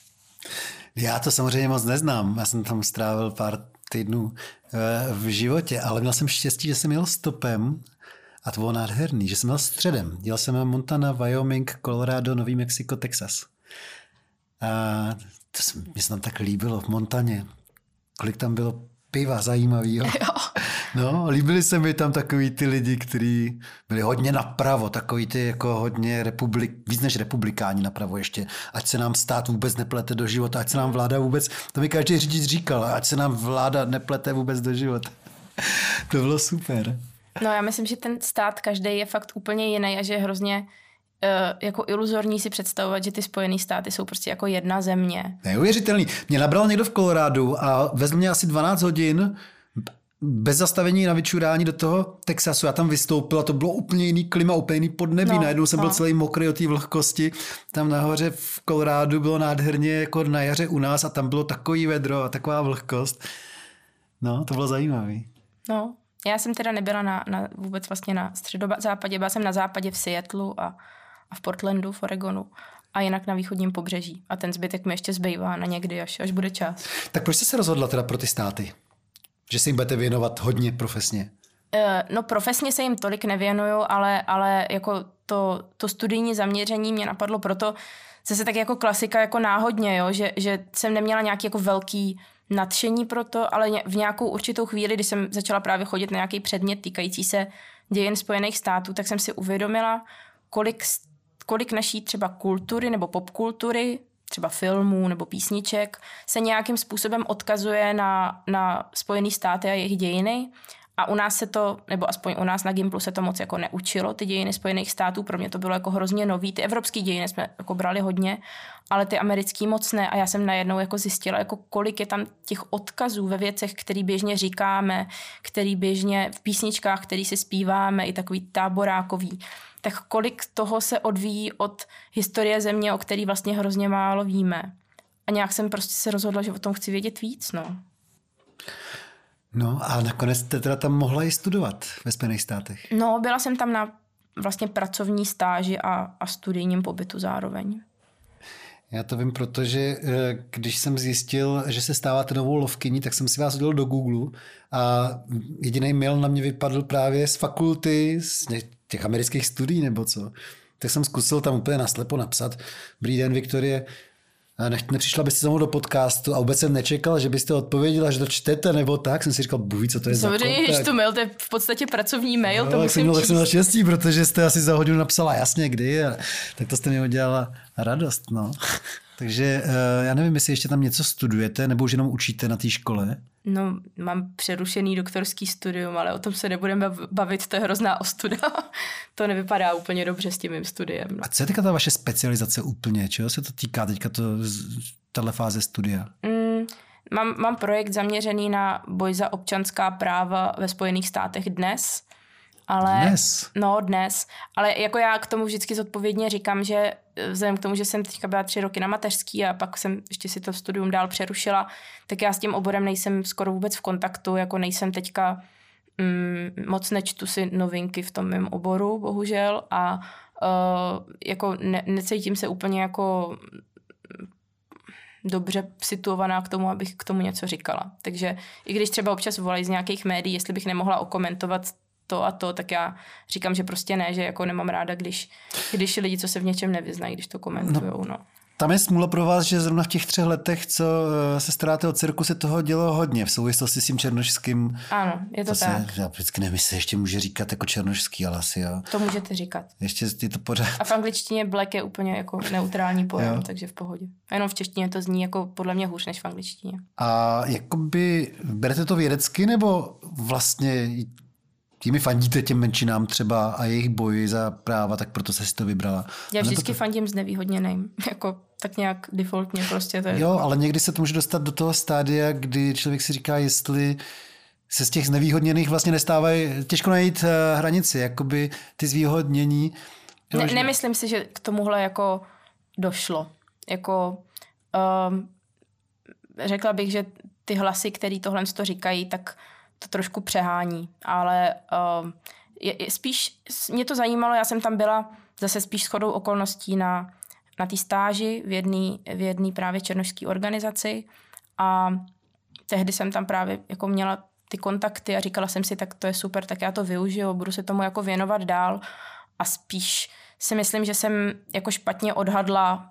Já to samozřejmě moc neznám. Já jsem tam strávil pár týdnů v životě, ale měl jsem štěstí, že jsem jel stopem a to bylo nádherný, že jsem jel středem. Jel jsem Montana, Wyoming, Colorado, Nový Mexiko, Texas. A to se, mě se tam tak líbilo v Montaně. Kolik tam bylo piva zajímavýho. No, líbili se mi tam takový ty lidi, kteří byli hodně napravo, takový ty jako hodně republik, víc než republikáni napravo ještě. Ať se nám stát vůbec neplete do života, ať se nám vláda vůbec, to mi každý řidič říkal, ať se nám vláda neplete vůbec do života. To bylo super. No já myslím, že ten stát každý je fakt úplně jiný a že je hrozně Uh, jako iluzorní si představovat, že ty Spojené státy jsou prostě jako jedna země. Neuvěřitelný. Mě nabral někdo v Kolorádu a vezl mě asi dvanáct hodin bez zastavení na vyčurání do toho Texasu. Já tam vystoupil a to bylo úplně jiný klima, úplně jiný podnebí. No, Najednou jsem no. byl celý mokrý od té vlhkosti. Tam nahoře v Kolorádu bylo nádherně jako na jaře u nás a tam bylo takový vedro a taková vlhkost. No, to bylo zajímavý. No, já jsem teda nebyla na, na vůbec vlastně na středozápadě, byla jsem na západě v Seattlu a, a v Portlandu, v Oregonu a jinak na východním pobřeží. A ten zbytek mi ještě zbývá na někdy, až, až bude čas. Tak proč jste se rozhodla teda pro ty státy? Že se jim budete věnovat hodně profesně? Uh, no profesně se jim tolik nevěnuju, ale, ale jako to, to studijní zaměření mě napadlo proto, zase tak jako klasika, jako náhodně, jo? Že, že jsem neměla nějaký jako velký nadšení pro to, ale v nějakou určitou chvíli, kdy jsem začala právě chodit na nějaký předmět týkající se dějin Spojených států, tak jsem si uvědomila, kolik, kolik naší třeba kultury nebo popkultury, třeba filmů nebo písniček, se nějakým způsobem odkazuje na, na Spojené státy a jejich dějiny. A u nás se to, nebo aspoň u nás na Gimplu se to moc jako neučilo, ty dějiny Spojených států. Pro mě to bylo jako hrozně nový. Ty evropský dějiny jsme jako brali hodně, ale ty americký moc ne. A já jsem najednou jako zjistila, jako kolik je tam těch odkazů ve věcech, který běžně říkáme, který běžně v písničkách, který si zpíváme, i takový táborákový. Tak kolik toho se odvíjí od historie země, o který vlastně hrozně málo víme. A nějak jsem prostě se rozhodla, že o tom chci vědět víc, no. No a nakonec jste teda tam mohla i studovat ve Spojených státech. No, byla jsem tam na vlastně pracovní stáži a, a studijním pobytu zároveň. Já to vím, protože když jsem zjistil, že se stáváte novou lovkyní, tak jsem si vás udělal do Google a jediný mail na mě vypadl právě z fakulty, z těch amerických studií nebo co. Tak jsem zkusil tam úplně naslepo napsat: Dobrý den, Viktorie, nepřišla byste mnou do podcastu a vůbec jsem nečekal, že byste odpověděla, že to čtete nebo tak. Jsem si říkal, buví, co to je Samozřejmě, za kontakt. Samozřejmě, když to mail, to je v podstatě pracovní mail, no, to tak musím jsem měl, číst. Tak jsem měl štěstí, protože jste asi za hodinu napsala jasně kdy a tak to jste mi udělala radost. No. Takže já nevím, jestli ještě tam něco studujete nebo už jenom učíte na té škole. No, mám přerušený doktorský studium, ale o tom se nebudeme bavit, to je hrozná ostuda. To nevypadá úplně dobře s tím mým studiem. No. A co je teďka ta vaše specializace úplně? Čeho se to týká teďka to, tahle fáze studia? Mm, mám, mám projekt zaměřený na boj za občanská práva ve Spojených státech dnes. Ale, dnes? No, dnes. Ale jako já k tomu vždycky zodpovědně říkám, že vzhledem k tomu, že jsem teďka byla tři roky na mateřský a pak jsem ještě si to studium dál přerušila, tak já s tím oborem nejsem skoro vůbec v kontaktu, jako nejsem teďka, mm, moc nečtu si novinky v tom mém oboru, bohužel, a uh, jako ne, necítím se úplně jako dobře situovaná k tomu, abych k tomu něco říkala. Takže i když třeba občas volají z nějakých médií, jestli bych nemohla okomentovat to a to, tak já říkám, že prostě ne, že jako nemám ráda, když, když lidi, co se v něčem nevyznají, když to komentujou. No. Tam je smůla pro vás, že zrovna v těch třech letech, co se staráte o dcerku, se toho dělo hodně v souvislosti s tím černošským. Ano, je to, to tak. Se, já vždycky nevím, jestli se ještě může říkat jako černošský, ale asi jo. To můžete říkat. Ještě je to pořád. A v angličtině black je úplně jako neutrální pojem, jo. Takže v pohodě. A jenom v češtině to zní jako podle mě hůř než v angličtině. A jakoby berete to vědecky, nebo vlastně tím fandíte těm menšinám třeba a jejich boji za práva, tak proto se si to vybrala? Já vždycky to... fandím znevýhodněným. Jako tak nějak defaultně prostě. To je... Jo, ale někdy se to může dostat do toho stádia, kdy člověk si říká, jestli se z těch znevýhodněných vlastně nestávají, těžko najít hranici, jakoby ty zvýhodnění. Ne, nemyslím si, že k tomuhle jako došlo. Jako um, řekla bych, že ty hlasy, který tohle to říkají, tak to trošku přehání, ale uh, je, je spíš mě to zajímalo, já jsem tam byla zase spíš shodou okolností na, na té stáži v jedné v jedný právě černošské organizaci a tehdy jsem tam právě jako měla ty kontakty a říkala jsem si, tak to je super, tak já to využiju, budu se tomu jako věnovat dál a spíš si myslím, že jsem jako špatně odhadla,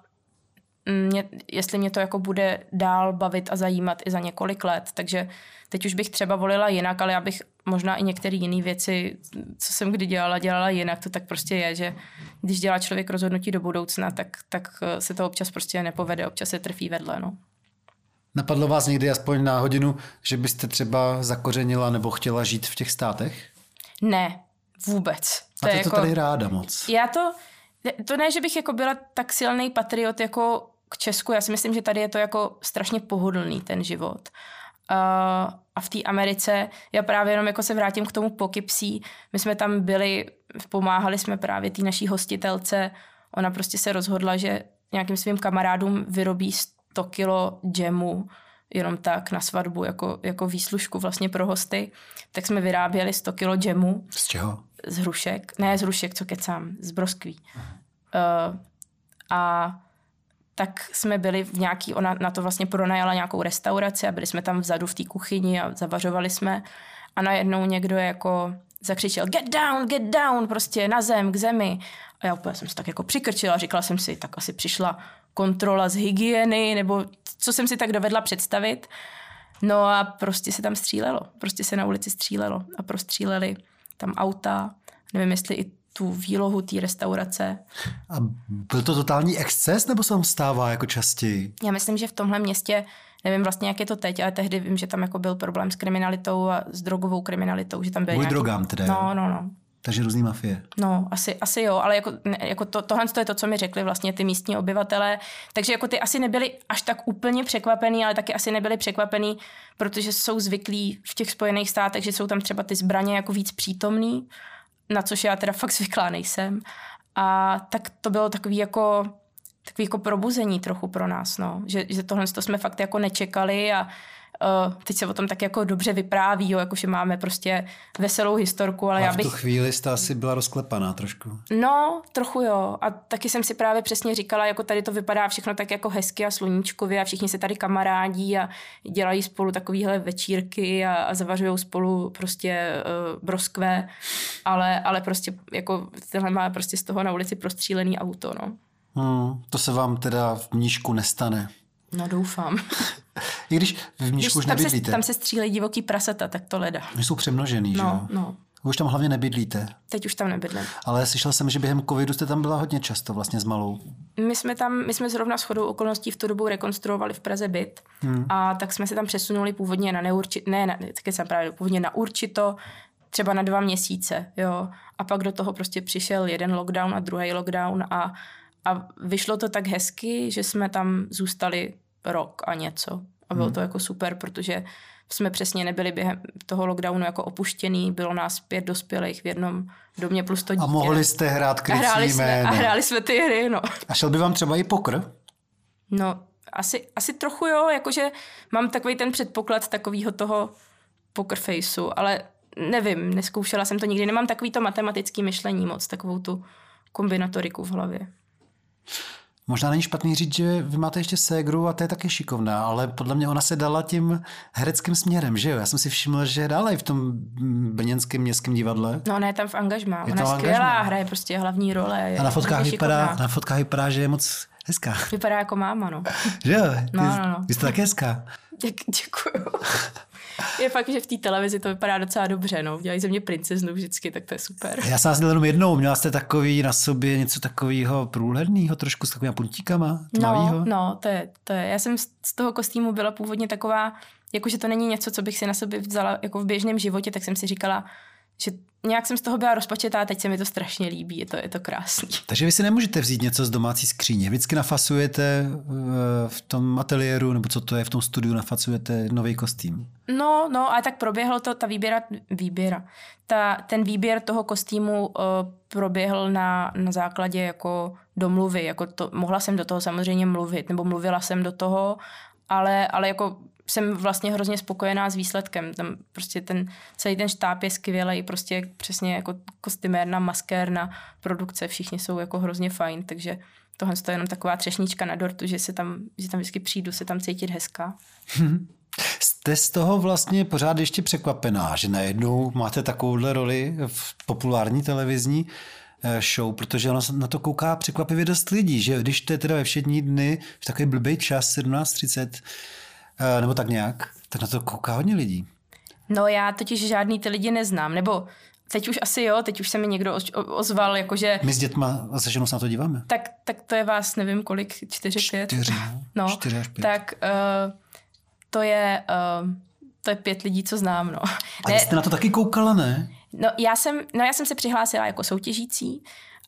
mě, jestli mě to jako bude dál bavit a zajímat i za několik let, takže teď už bych třeba volila jinak, ale já bych možná i některé jiné věci, co jsem kdy dělala, dělala jinak, to tak prostě je, že když dělá člověk rozhodnutí do budoucna, tak, tak se to občas prostě nepovede, občas se trefí vedle, no. Napadlo vás někdy aspoň na hodinu, že byste třeba zakořenila nebo chtěla žít v těch státech? Ne, vůbec. To a ty to jako, tady ráda moc. Já to, to ne, že bych jako byla tak silný patriot jako k Česku, já si myslím, že tady je to jako strašně pohodlný ten život. a v té Americe, já právě jenom jako se vrátím k tomu Poughkeepsie, my jsme tam byli, pomáhali jsme právě té naší hostitelce, ona prostě se rozhodla, že nějakým svým kamarádům vyrobí sto kilo džemu, jenom tak na svatbu, jako, jako výslužku vlastně pro hosty, tak jsme vyráběli sto kilo džemu. Z čeho? Z hrušek. Ne z hrušek, co kecám, z broskví. Uh, a tak jsme byli v nějaký, ona na to vlastně pronajala nějakou restauraci a byli jsme tam vzadu v té kuchyni a zavařovali jsme a najednou někdo jako zakřičel get down, get down, prostě na zem, k zemi. A já úplně jsem se tak jako přikrčila, říkala jsem si, tak asi přišla kontrola z hygieny, nebo co jsem si tak dovedla představit. No a prostě se tam střílelo. Prostě se na ulici střílelo a prostříleli tam auta. Nevím, jestli i tu výlohu té restaurace. A byl to totální exces, nebo se tam stává jako častěji? Já myslím, že v tomhle městě, nevím vlastně, jak je to teď, ale tehdy vím, že tam jako byl problém s kriminalitou a s drogovou kriminalitou, že tam byl Kvůli nějaký... drogám teda. No, no, no. Takže různý mafie. No, asi, asi jo, ale jako, jako to, tohle to je to, co mi řekli vlastně ty místní obyvatelé. Takže jako ty asi nebyli až tak úplně překvapený, ale taky asi nebyli překvapený, protože jsou zvyklí v těch Spojených státech, že jsou tam třeba ty zbraně jako víc přítomný, na což já teda fakt zvyklá nejsem. A tak to bylo takový jako, takový jako probuzení trochu pro nás, no. Že, že tohle to jsme fakt jako nečekali a Uh, teď se o tom tak jako dobře vypráví, jo, jakože máme prostě veselou historku, ale a já v bych... tu chvíli jste asi byla rozklepaná trošku. No, trochu jo. A taky jsem si právě přesně říkala, jako tady to vypadá všechno tak jako hezky a sluníčkově a všichni se tady kamarádí a dělají spolu takovýhle večírky a, a zavařujou spolu prostě uh, broskve, ale, ale prostě jako tenhle má prostě z toho na ulici prostřílený auto, no. Hmm, to se vám teda v Mníšku nestane. No doufám. I když v Mníšku už tam nebydlíte. Se, tam se střílejí divoký prasata, tak to leda. My jsou přemnožený, no, že jo? No. Už tam hlavně nebydlíte. Teď už tam nebydlím. Ale slyšel jsem, že během covidu jste tam byla hodně často vlastně s malou. My jsme tam, my jsme zrovna shodou okolností v tu dobu rekonstruovali v Praze byt hmm. a tak jsme se tam přesunuli původně na neurčito, ne, na, taky jsem právě původně na určito, třeba na dva měsíce, jo. A pak do toho prostě přišel jeden lockdown a druhý lockdown a, a vyšlo to tak hezky, že jsme tam zůstali rok a něco. A bylo hmm. to jako super, protože jsme přesně nebyli během toho lockdownu jako opuštěný, bylo nás pět dospělých v jednom domě plus to dítě. A mohli jste hrát krycí a hráli jsme, jméno. A hráli jsme ty hry, no. A šel by vám třeba i pokr? No, asi, asi trochu jo, jakože mám takový ten předpoklad takového toho poker faceu, ale nevím, neskoušela jsem to nikdy, nemám takový to matematický myšlení moc, takovou tu kombinatoriku v hlavě. Možná není špatný říct, že vy máte ještě ségru a to je taky šikovná, ale podle mě ona se dala tím hereckým směrem, že jo? Já jsem si všiml, že hrála i v tom brněnském městském divadle. No, ona je tam v angažmá. Je ona je skvělá, angažmá. hraje prostě hlavní role. Je a na fotkách, vypadá, na fotkách vypadá, že je moc hezká. Vypadá jako máma, no. Že jo? No, no, no. Vy jste taky hezká. Děk, děkuju. Je fakt, že v té televizi to vypadá docela dobře, no. Dělají ze mě princeznu vždycky, tak to je super. Já jsem vás jenom jednou, měla jste takový na sobě něco takového průhledného, trošku s takovými puntíkama, tmavýho? No, no, to je, to je. Já jsem z toho kostýmu byla původně taková, jakože to není něco, co bych si na sobě vzala jako v běžném životě, tak jsem si říkala, že nějak jsem z toho byla rozpačetá a teď se mi to strašně líbí, je to, je to krásný. Takže vy si nemůžete vzít něco z domácí skříně. Vždycky nafasujete v tom ateliéru, nebo co to je, v tom studiu nafasujete nový kostým. No, no, a tak proběhlo to, ta výběra, výběra. Ta, ten výběr toho kostýmu uh, proběhl na, na základě jako domluvy. Jako to, mohla jsem do toho samozřejmě mluvit, nebo mluvila jsem do toho, ale, ale jako jsem vlastně hrozně spokojená s výsledkem. Tam prostě ten, celý ten štáb je skvělej, prostě přesně jako kostymérna, maskérna, produkce, všichni jsou jako hrozně fajn, takže tohle je jenom taková třešnička na dortu, že se tam, že tam vždycky přijdu se tam cítit hezká. Hmm. Jste z toho vlastně pořád ještě překvapená, že najednou máte takovouhle roli v populární televizní show, protože ono na to kouká překvapivě dost lidí, že když to je teda ve všední dny, v takový blbý čas, sedmnáct třicet, nebo tak nějak, tak na to kouká hodně lidí. No já totiž žádný ty lidi neznám, nebo teď už asi jo, teď už se mi někdo ozval, jakože... My s dětma a se ženou se na to díváme. Tak, tak to je vás, nevím kolik, čtyři, pět? Čtyři, no. čtyři až pět. Tak uh, to je... Uh, to je pět lidí, co znám, no. A ne, jste na to taky koukala, ne? No já jsem, no já jsem se přihlásila jako soutěžící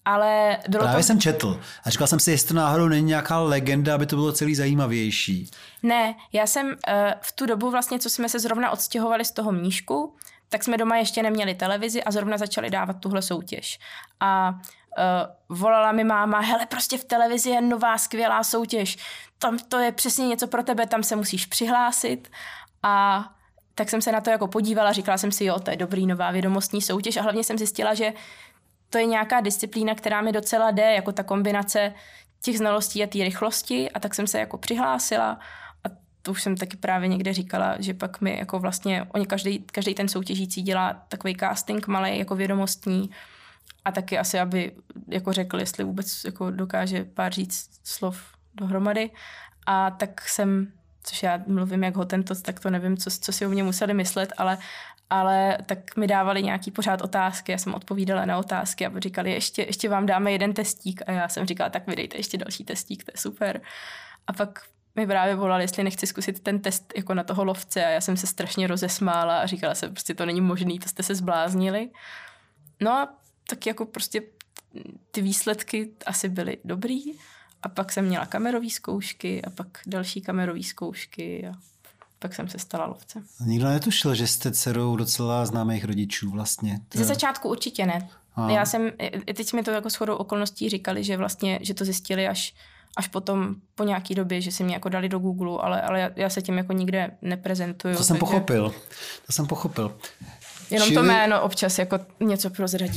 Ale bylo Právě to... jsem četl a říkal jsem si, jestli to náhodou není nějaká legenda, aby to bylo celý zajímavější. Ne, já jsem uh, v tu dobu vlastně, co jsme se zrovna odstěhovali z toho Mníšku, tak jsme doma ještě neměli televizi a zrovna začali dávat tuhle soutěž. A uh, volala mi máma, hele, prostě v televizi je nová skvělá soutěž, tam to je přesně něco pro tebe, tam se musíš přihlásit. A tak jsem se na to jako podívala, říkala jsem si, jo, to je dobrý, nová vědomostní soutěž a hlavně jsem zjistila, že to je nějaká disciplína, která mi docela jde, jako ta kombinace těch znalostí a té rychlosti a tak jsem se jako přihlásila a to už jsem taky právě někde říkala, že pak mi jako vlastně, oni každý, každý ten soutěžící dělá takový casting malej, jako vědomostní a taky asi, aby jako řekl, jestli vůbec jako dokáže pár říct slov dohromady a tak jsem, což já mluvím jak hotentoc, tak to nevím, co, co si o mě museli myslet, ale ale tak mi dávali nějaký pořád otázky, já jsem odpovídala na otázky a říkali, ještě, ještě vám dáme jeden testík a já jsem říkala, tak vydejte ještě další testík, to je super. A pak mi právě volali, jestli nechci zkusit ten test jako na toho lovce a já jsem se strašně rozesmála a říkala jsem, prostě to není možný, to jste se zbláznili. No a tak jako prostě ty výsledky asi byly dobrý a pak jsem měla kamerové zkoušky a pak další kamerové zkoušky a pak jsem se stala lovcem. Nikdo netušil, že jste dcerou docela známých rodičů vlastně. To... Ze začátku určitě ne. A. Já jsem, teď mi to jako shodou okolností říkali, že vlastně, že to zjistili až, až potom po nějaký době, že si mě jako dali do Google, ale, ale já, já se tím jako nikde neprezentuju. To jsem takže... pochopil. To jsem pochopil. Jenom Čili... to jméno občas jako něco prozradí.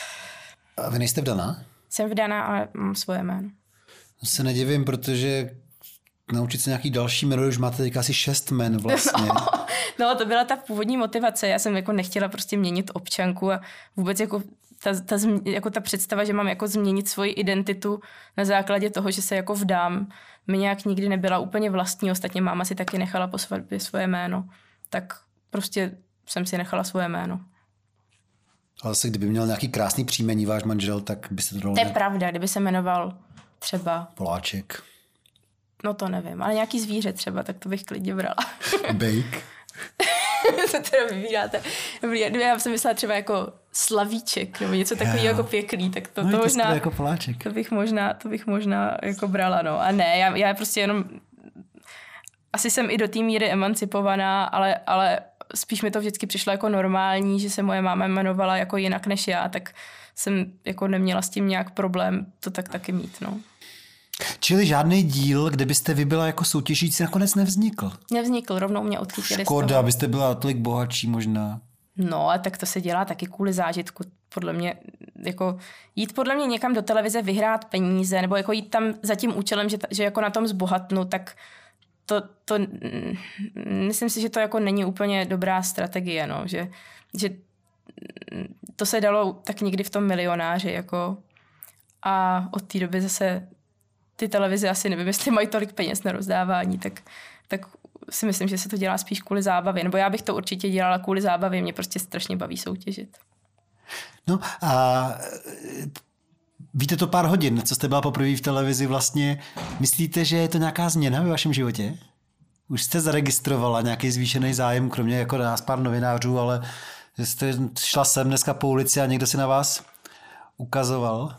A vy nejste vdaná? Jsem vdaná, ale mám svoje jméno. To se nedivím, protože naučit se nějaký další jméno, už máte teďka asi šest jmen vlastně. No, no, to byla ta původní motivace. Já jsem jako nechtěla prostě měnit občanku a vůbec jako ta, ta, jako ta představa, že mám jako změnit svoji identitu na základě toho, že se jako vdám, mi nějak nikdy nebyla úplně vlastní. Ostatně máma si taky nechala po svatbě svoje jméno. Tak prostě jsem si nechala svoje jméno. Ale zase, kdyby měl nějaký krásný příjmení váš manžel, tak byste to dalo... To je pravda, kdyby se jmenoval třeba... Poláček. No to nevím, ale nějaký zvíře třeba, tak to bych klidně brala. Bejk. To teda vybíráte. Dobrý, já jsem myslela třeba jako slavíček, nebo něco takového jako pěkný, tak to, no, to to možná... jako Poláček. To bych možná, to bych možná jako brala, no. A ne, já, já prostě jenom... Asi jsem i do té míry emancipovaná, ale, ale spíš mi to vždycky přišlo jako normální, že se moje máma jmenovala jako jinak než já, tak jsem jako neměla s tím nějak problém to tak taky mít, no. Čili žádný díl, kde byste vy byla jako soutěžící, nakonec nevznikl? Nevznikl, rovnou mě odchytili. Škoda, abyste byla tolik bohatší možná. No a tak to se dělá taky kvůli zážitku. Podle mě, jako jít podle mě někam do televize vyhrát peníze, nebo jako jít tam za tím účelem, že, že jako na tom zbohatnu, tak to, to myslím si, že to jako není úplně dobrá strategie, no, že, že to se dalo tak někdy v tom Milionáři, jako a od té doby zase ty televize asi nevím, jestli mají tolik peněz na rozdávání, tak, tak si myslím, že se to dělá spíš kvůli zábavě. Nebo já bych to určitě dělala kvůli zábavě, mě prostě strašně baví soutěžit. No a víte to pár hodin, co jste byla poprvé v televizi vlastně. Myslíte, že je to nějaká změna ve vašem životě? Už jste zaregistrovala nějaký zvýšený zájem, kromě jako nás pár novinářů, ale jste šla sem dneska po ulici a někdo si na vás ukazoval?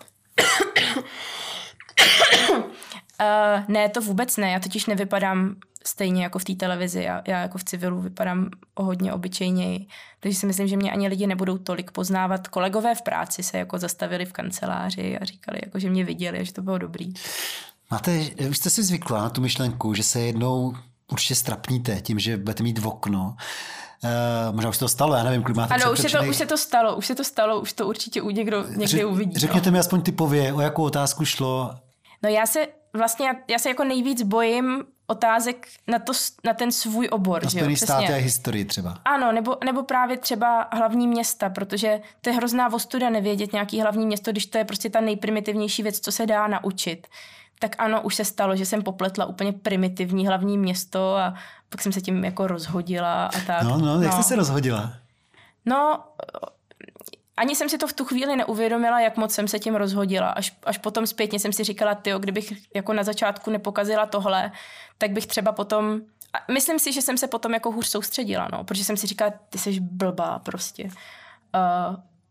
Uh, ne, to vůbec ne. Já totiž nevypadám stejně jako v té televizi. Já, já jako v civilu vypadám o hodně obyčejněji. Takže si myslím, že mě ani lidi nebudou tolik poznávat. Kolegové v práci se jako zastavili v kanceláři a říkali, jako, že mě viděli, že to bylo dobrý. Máte, už jste si zvykla na tu myšlenku, že se jednou určitě strapníte tím, že budete mít v okno. Uh, možná už to stalo, já nevím, kolik máte ano, už se, to, už se to stalo, už se to stalo, už to určitě u někdo někdy Řek, uvidí. Řekněte no. mi aspoň typově, o jakou otázku šlo. No já se vlastně, já se jako nejvíc bojím otázek na, to, na ten svůj obor. Na Spojený že státy a historii třeba. Ano, nebo, nebo právě třeba hlavní města, protože to je hrozná ostuda nevědět nějaký hlavní město, když to je prostě ta nejprimitivnější věc, co se dá naučit. Tak ano, už se stalo, že jsem popletla úplně primitivní hlavní město a pak jsem se tím jako rozhodila a tak. No, no, jak no. jste se rozhodila? No, ani jsem si to v tu chvíli neuvědomila, jak moc jsem se tím rozhodila. Až, až potom zpětně jsem si říkala, tyjo, kdybych jako na začátku nepokazila tohle, tak bych třeba potom... A myslím si, že jsem se potom jako hůř soustředila, no, protože jsem si říkala, ty jsi blbá prostě. Uh,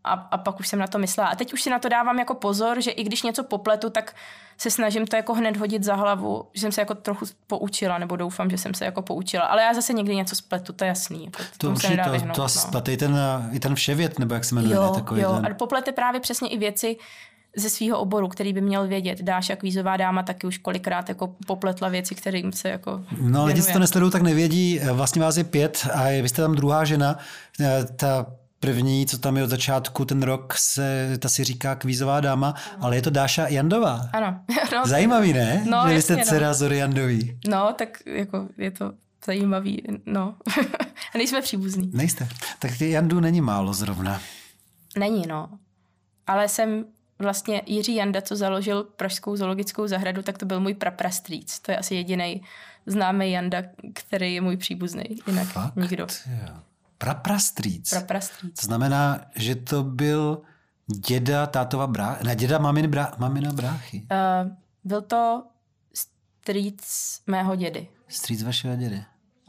a, a pak už jsem na to myslela. A teď už si na to dávám jako pozor, že i když něco popletu, tak se snažím to jako hned hodit za hlavu, že jsem se jako trochu poučila, nebo doufám, že jsem se jako poučila. Ale já zase někdy něco spletu, to je jasný. Jako, to určitě, to, vyhnout, to no. spletej i ten, i ten vševět, nebo jak se jmenuje. Jo, takový jo. ten... A poplete právě přesně i věci ze svého oboru, který by měl vědět. Dáša kvízová dáma taky už kolikrát jako popletla věci, kterým se jako No, lidi, co to nesledují, tak nevědí. Vlastně vás je pět a vy jste tam druhá žena. Ta první, co tam je od začátku, ten rok, se, ta si říká kvízová dáma, ale je to Dáša Jandová. Ano. No, zajímavý, ne? No, že vy jasně, jste dcera no. Zory Jandový. No, tak jako je to zajímavý, no. Nejsme příbuzní. Nejste. Tak Jandů není málo zrovna. Není, no. Ale jsem vlastně Jiří Janda, co založil Pražskou zoologickou zahradu, tak to byl můj praprastrýc. To je asi jedinej známý Janda, který je můj příbuzný. Jinak Fakt? nikdo. Jo. Praprastrýc. Praprastrýc. To znamená, že to byl děda tátova brácha, ne, děda maminy brá, mamina bráchy. Uh, byl to strýc mého dědy. Strýc vašeho dědy.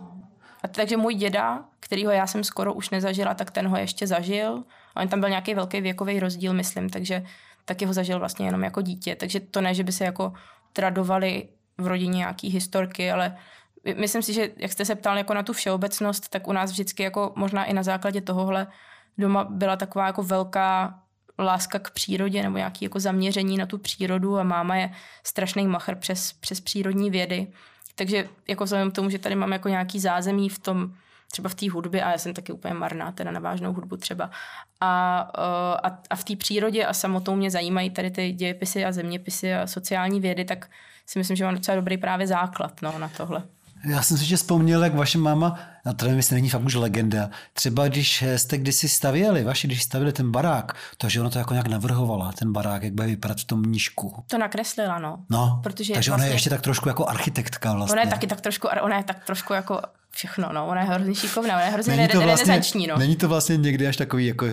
A takže můj děda, kterýho já jsem skoro už nezažila, tak ten ho ještě zažil. A on tam byl nějaký velký věkový rozdíl, myslím, takže taky ho zažil vlastně jenom jako dítě. Takže to ne, že by se jako tradovali v rodině nějaký historky, ale myslím si, že jak jste se ptal jako na tu všeobecnost, tak u nás vždycky jako možná i na základě tohohle doma byla taková jako velká láska k přírodě nebo nějaké jako zaměření na tu přírodu a máma je strašný machr přes, přes přírodní vědy. Takže jako vzhledem k tomu, že tady mám jako nějaký zázemí v tom, třeba v té hudbě, a já jsem taky úplně marná teda na vážnou hudbu třeba. A, a, a v té přírodě a samotnou mě zajímají tady ty dějepisy a zeměpisy a sociální vědy, tak si myslím, že mám docela dobrý právě základ no, na tohle. Já jsem si že vzpomněl, jak vaše máma, a to nevím, jestli není fakt už legenda, třeba když jste kdysi stavěli, vaši, když stavili ten barák, takže ona to jako nějak navrhovala, ten barák, jak bude vypadat v tom nížku. To nakreslila, no. No, protože takže vlastně, ona je ještě tak trošku jako architektka vlastně. Ona je taky tak trošku, ona je tak trošku jako všechno, no. Ona je hrozně šikovná, ona je hrozně není to vlastně, renesanční, no. Není to vlastně někdy až takový jako,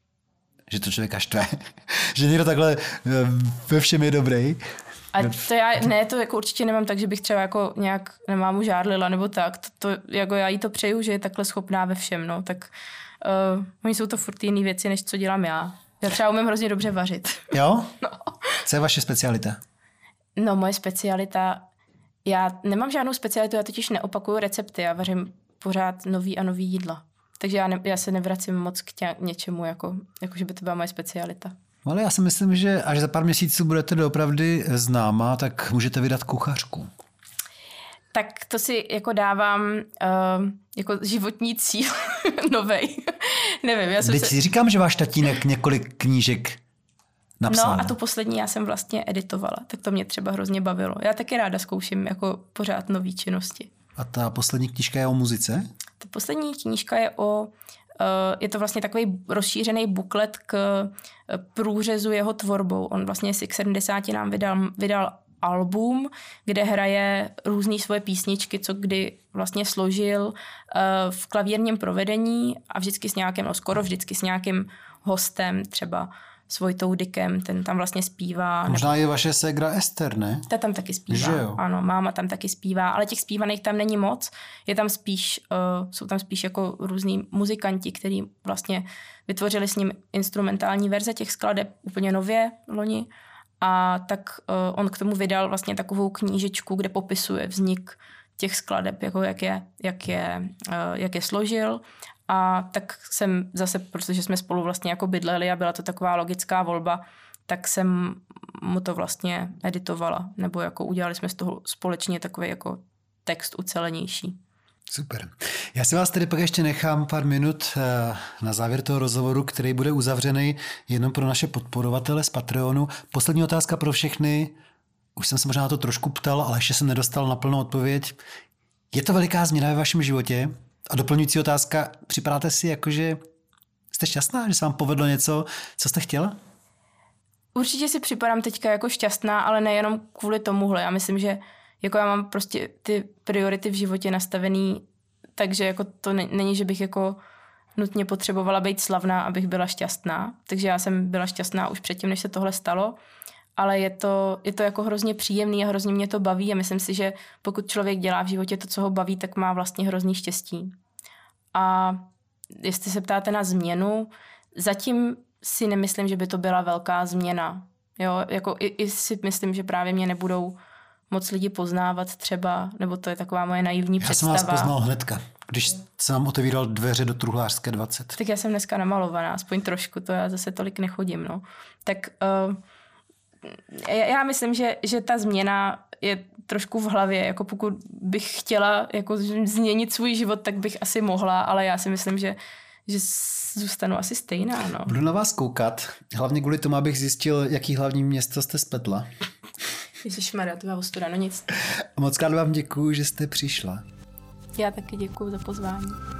že to člověka štve, že někdo takhle ve všem je dobrý. A to já, ne, to jako určitě nemám tak, že bych třeba jako nějak na mámu žárlila nebo tak. To, to, jako já jí to přeju, že je takhle schopná ve všem, no. Tak uh, oni jsou to furt jiný věci, než co dělám já. Já třeba umím hrozně dobře vařit. Jo? No. Co je vaše specialita? No, moje specialita, já nemám žádnou specialitu, já totiž neopakuju recepty, já vařím pořád nový a nový jídla. Takže já, ne, já se nevracím moc k tě, něčemu, jako, jako že by to byla moje specialita. Ale já si myslím, že až za pár měsíců budete doopravdy známá, tak můžete vydat kuchařku. Tak to si jako dávám uh, jako životní cíl novej. Nevím, já jsem Teď se... si říkám, že váš tatínek několik knížek napsal. No a tu poslední já jsem vlastně editovala, tak to mě třeba hrozně bavilo. Já taky ráda zkouším jako pořád nový činnosti. A ta poslední knížka je o muzice? Ta poslední knížka je o Uh, je to vlastně takový rozšířený buklet k průřezu jeho tvorbou. On vlastně si k sedmdesátinám vydal, vydal album, kde hraje různý svoje písničky, co kdy vlastně složil uh, v klavírním provedení a vždycky s nějakým, no skoro vždycky s nějakým hostem, třeba s Vojtou Dykem, ten tam vlastně zpívá. Možná nebo... je vaše ségra Ester, ne? Ta tam taky zpívá. Ano, máma tam taky zpívá, ale těch zpívaných tam není moc. Je tam spíš, uh, jsou tam spíš jako různí muzikanti, kteří vlastně vytvořili s ním instrumentální verze těch skladeb úplně nově loni. A tak uh, on k tomu vydal vlastně takovou knížečku, kde popisuje vznik těch skladeb, jako jak je, jak je, uh, jak je složil. A tak jsem zase, protože jsme spolu vlastně jako bydleli a byla to taková logická volba, tak jsem mu to vlastně editovala, nebo jako udělali jsme z toho společně takový jako text ucelenější. Super. Já si vás tedy pak ještě nechám pár minut na závěr toho rozhovoru, který bude uzavřený jenom pro naše podporovatele z Patreonu. Poslední otázka pro všechny. Už jsem se možná na to trošku ptal, ale ještě jsem nedostal na plnou odpověď. Je to veliká změna ve vašem životě? A doplňující otázka, připadáte si jako, že jste šťastná, že se vám povedlo něco, co jste chtěla? Určitě si připadám teďka jako šťastná, ale nejenom kvůli tomuhle. Já myslím, že jako já mám prostě ty priority v životě nastavený, takže jako to není, že bych jako nutně potřebovala být slavná, abych byla šťastná. Takže já jsem byla šťastná už předtím, než se tohle stalo. Ale je to, je to jako hrozně příjemný a hrozně mě to baví a myslím si, že pokud člověk dělá v životě to, co ho baví, tak má vlastně hrozný štěstí. A jestli se ptáte na změnu, zatím si nemyslím, že by to byla velká změna. Jo, jako i, i si myslím, že právě mě nebudou moc lidi poznávat třeba, nebo to je taková moje naivní já představa. Já jsem vás poznal hnedka, když jsem vám otevíral dveře do Truhlářské dvacet. Tak já jsem dneska namalovaná, aspoň trošku, to já zase tolik nechodím, no. Tak uh, já myslím, že, že ta změna je trošku v hlavě, jako pokud bych chtěla jako změnit svůj život, tak bych asi mohla, ale já si myslím, že, že zůstanu asi stejná, no. Budu na vás koukat, hlavně kvůli tomu, abych zjistil, jaký hlavní město jste spletla. Ježišmarja, to byla ostuda, no nic. Moc krát vám děkuju, že jste přišla. Já taky děkuju za pozvání.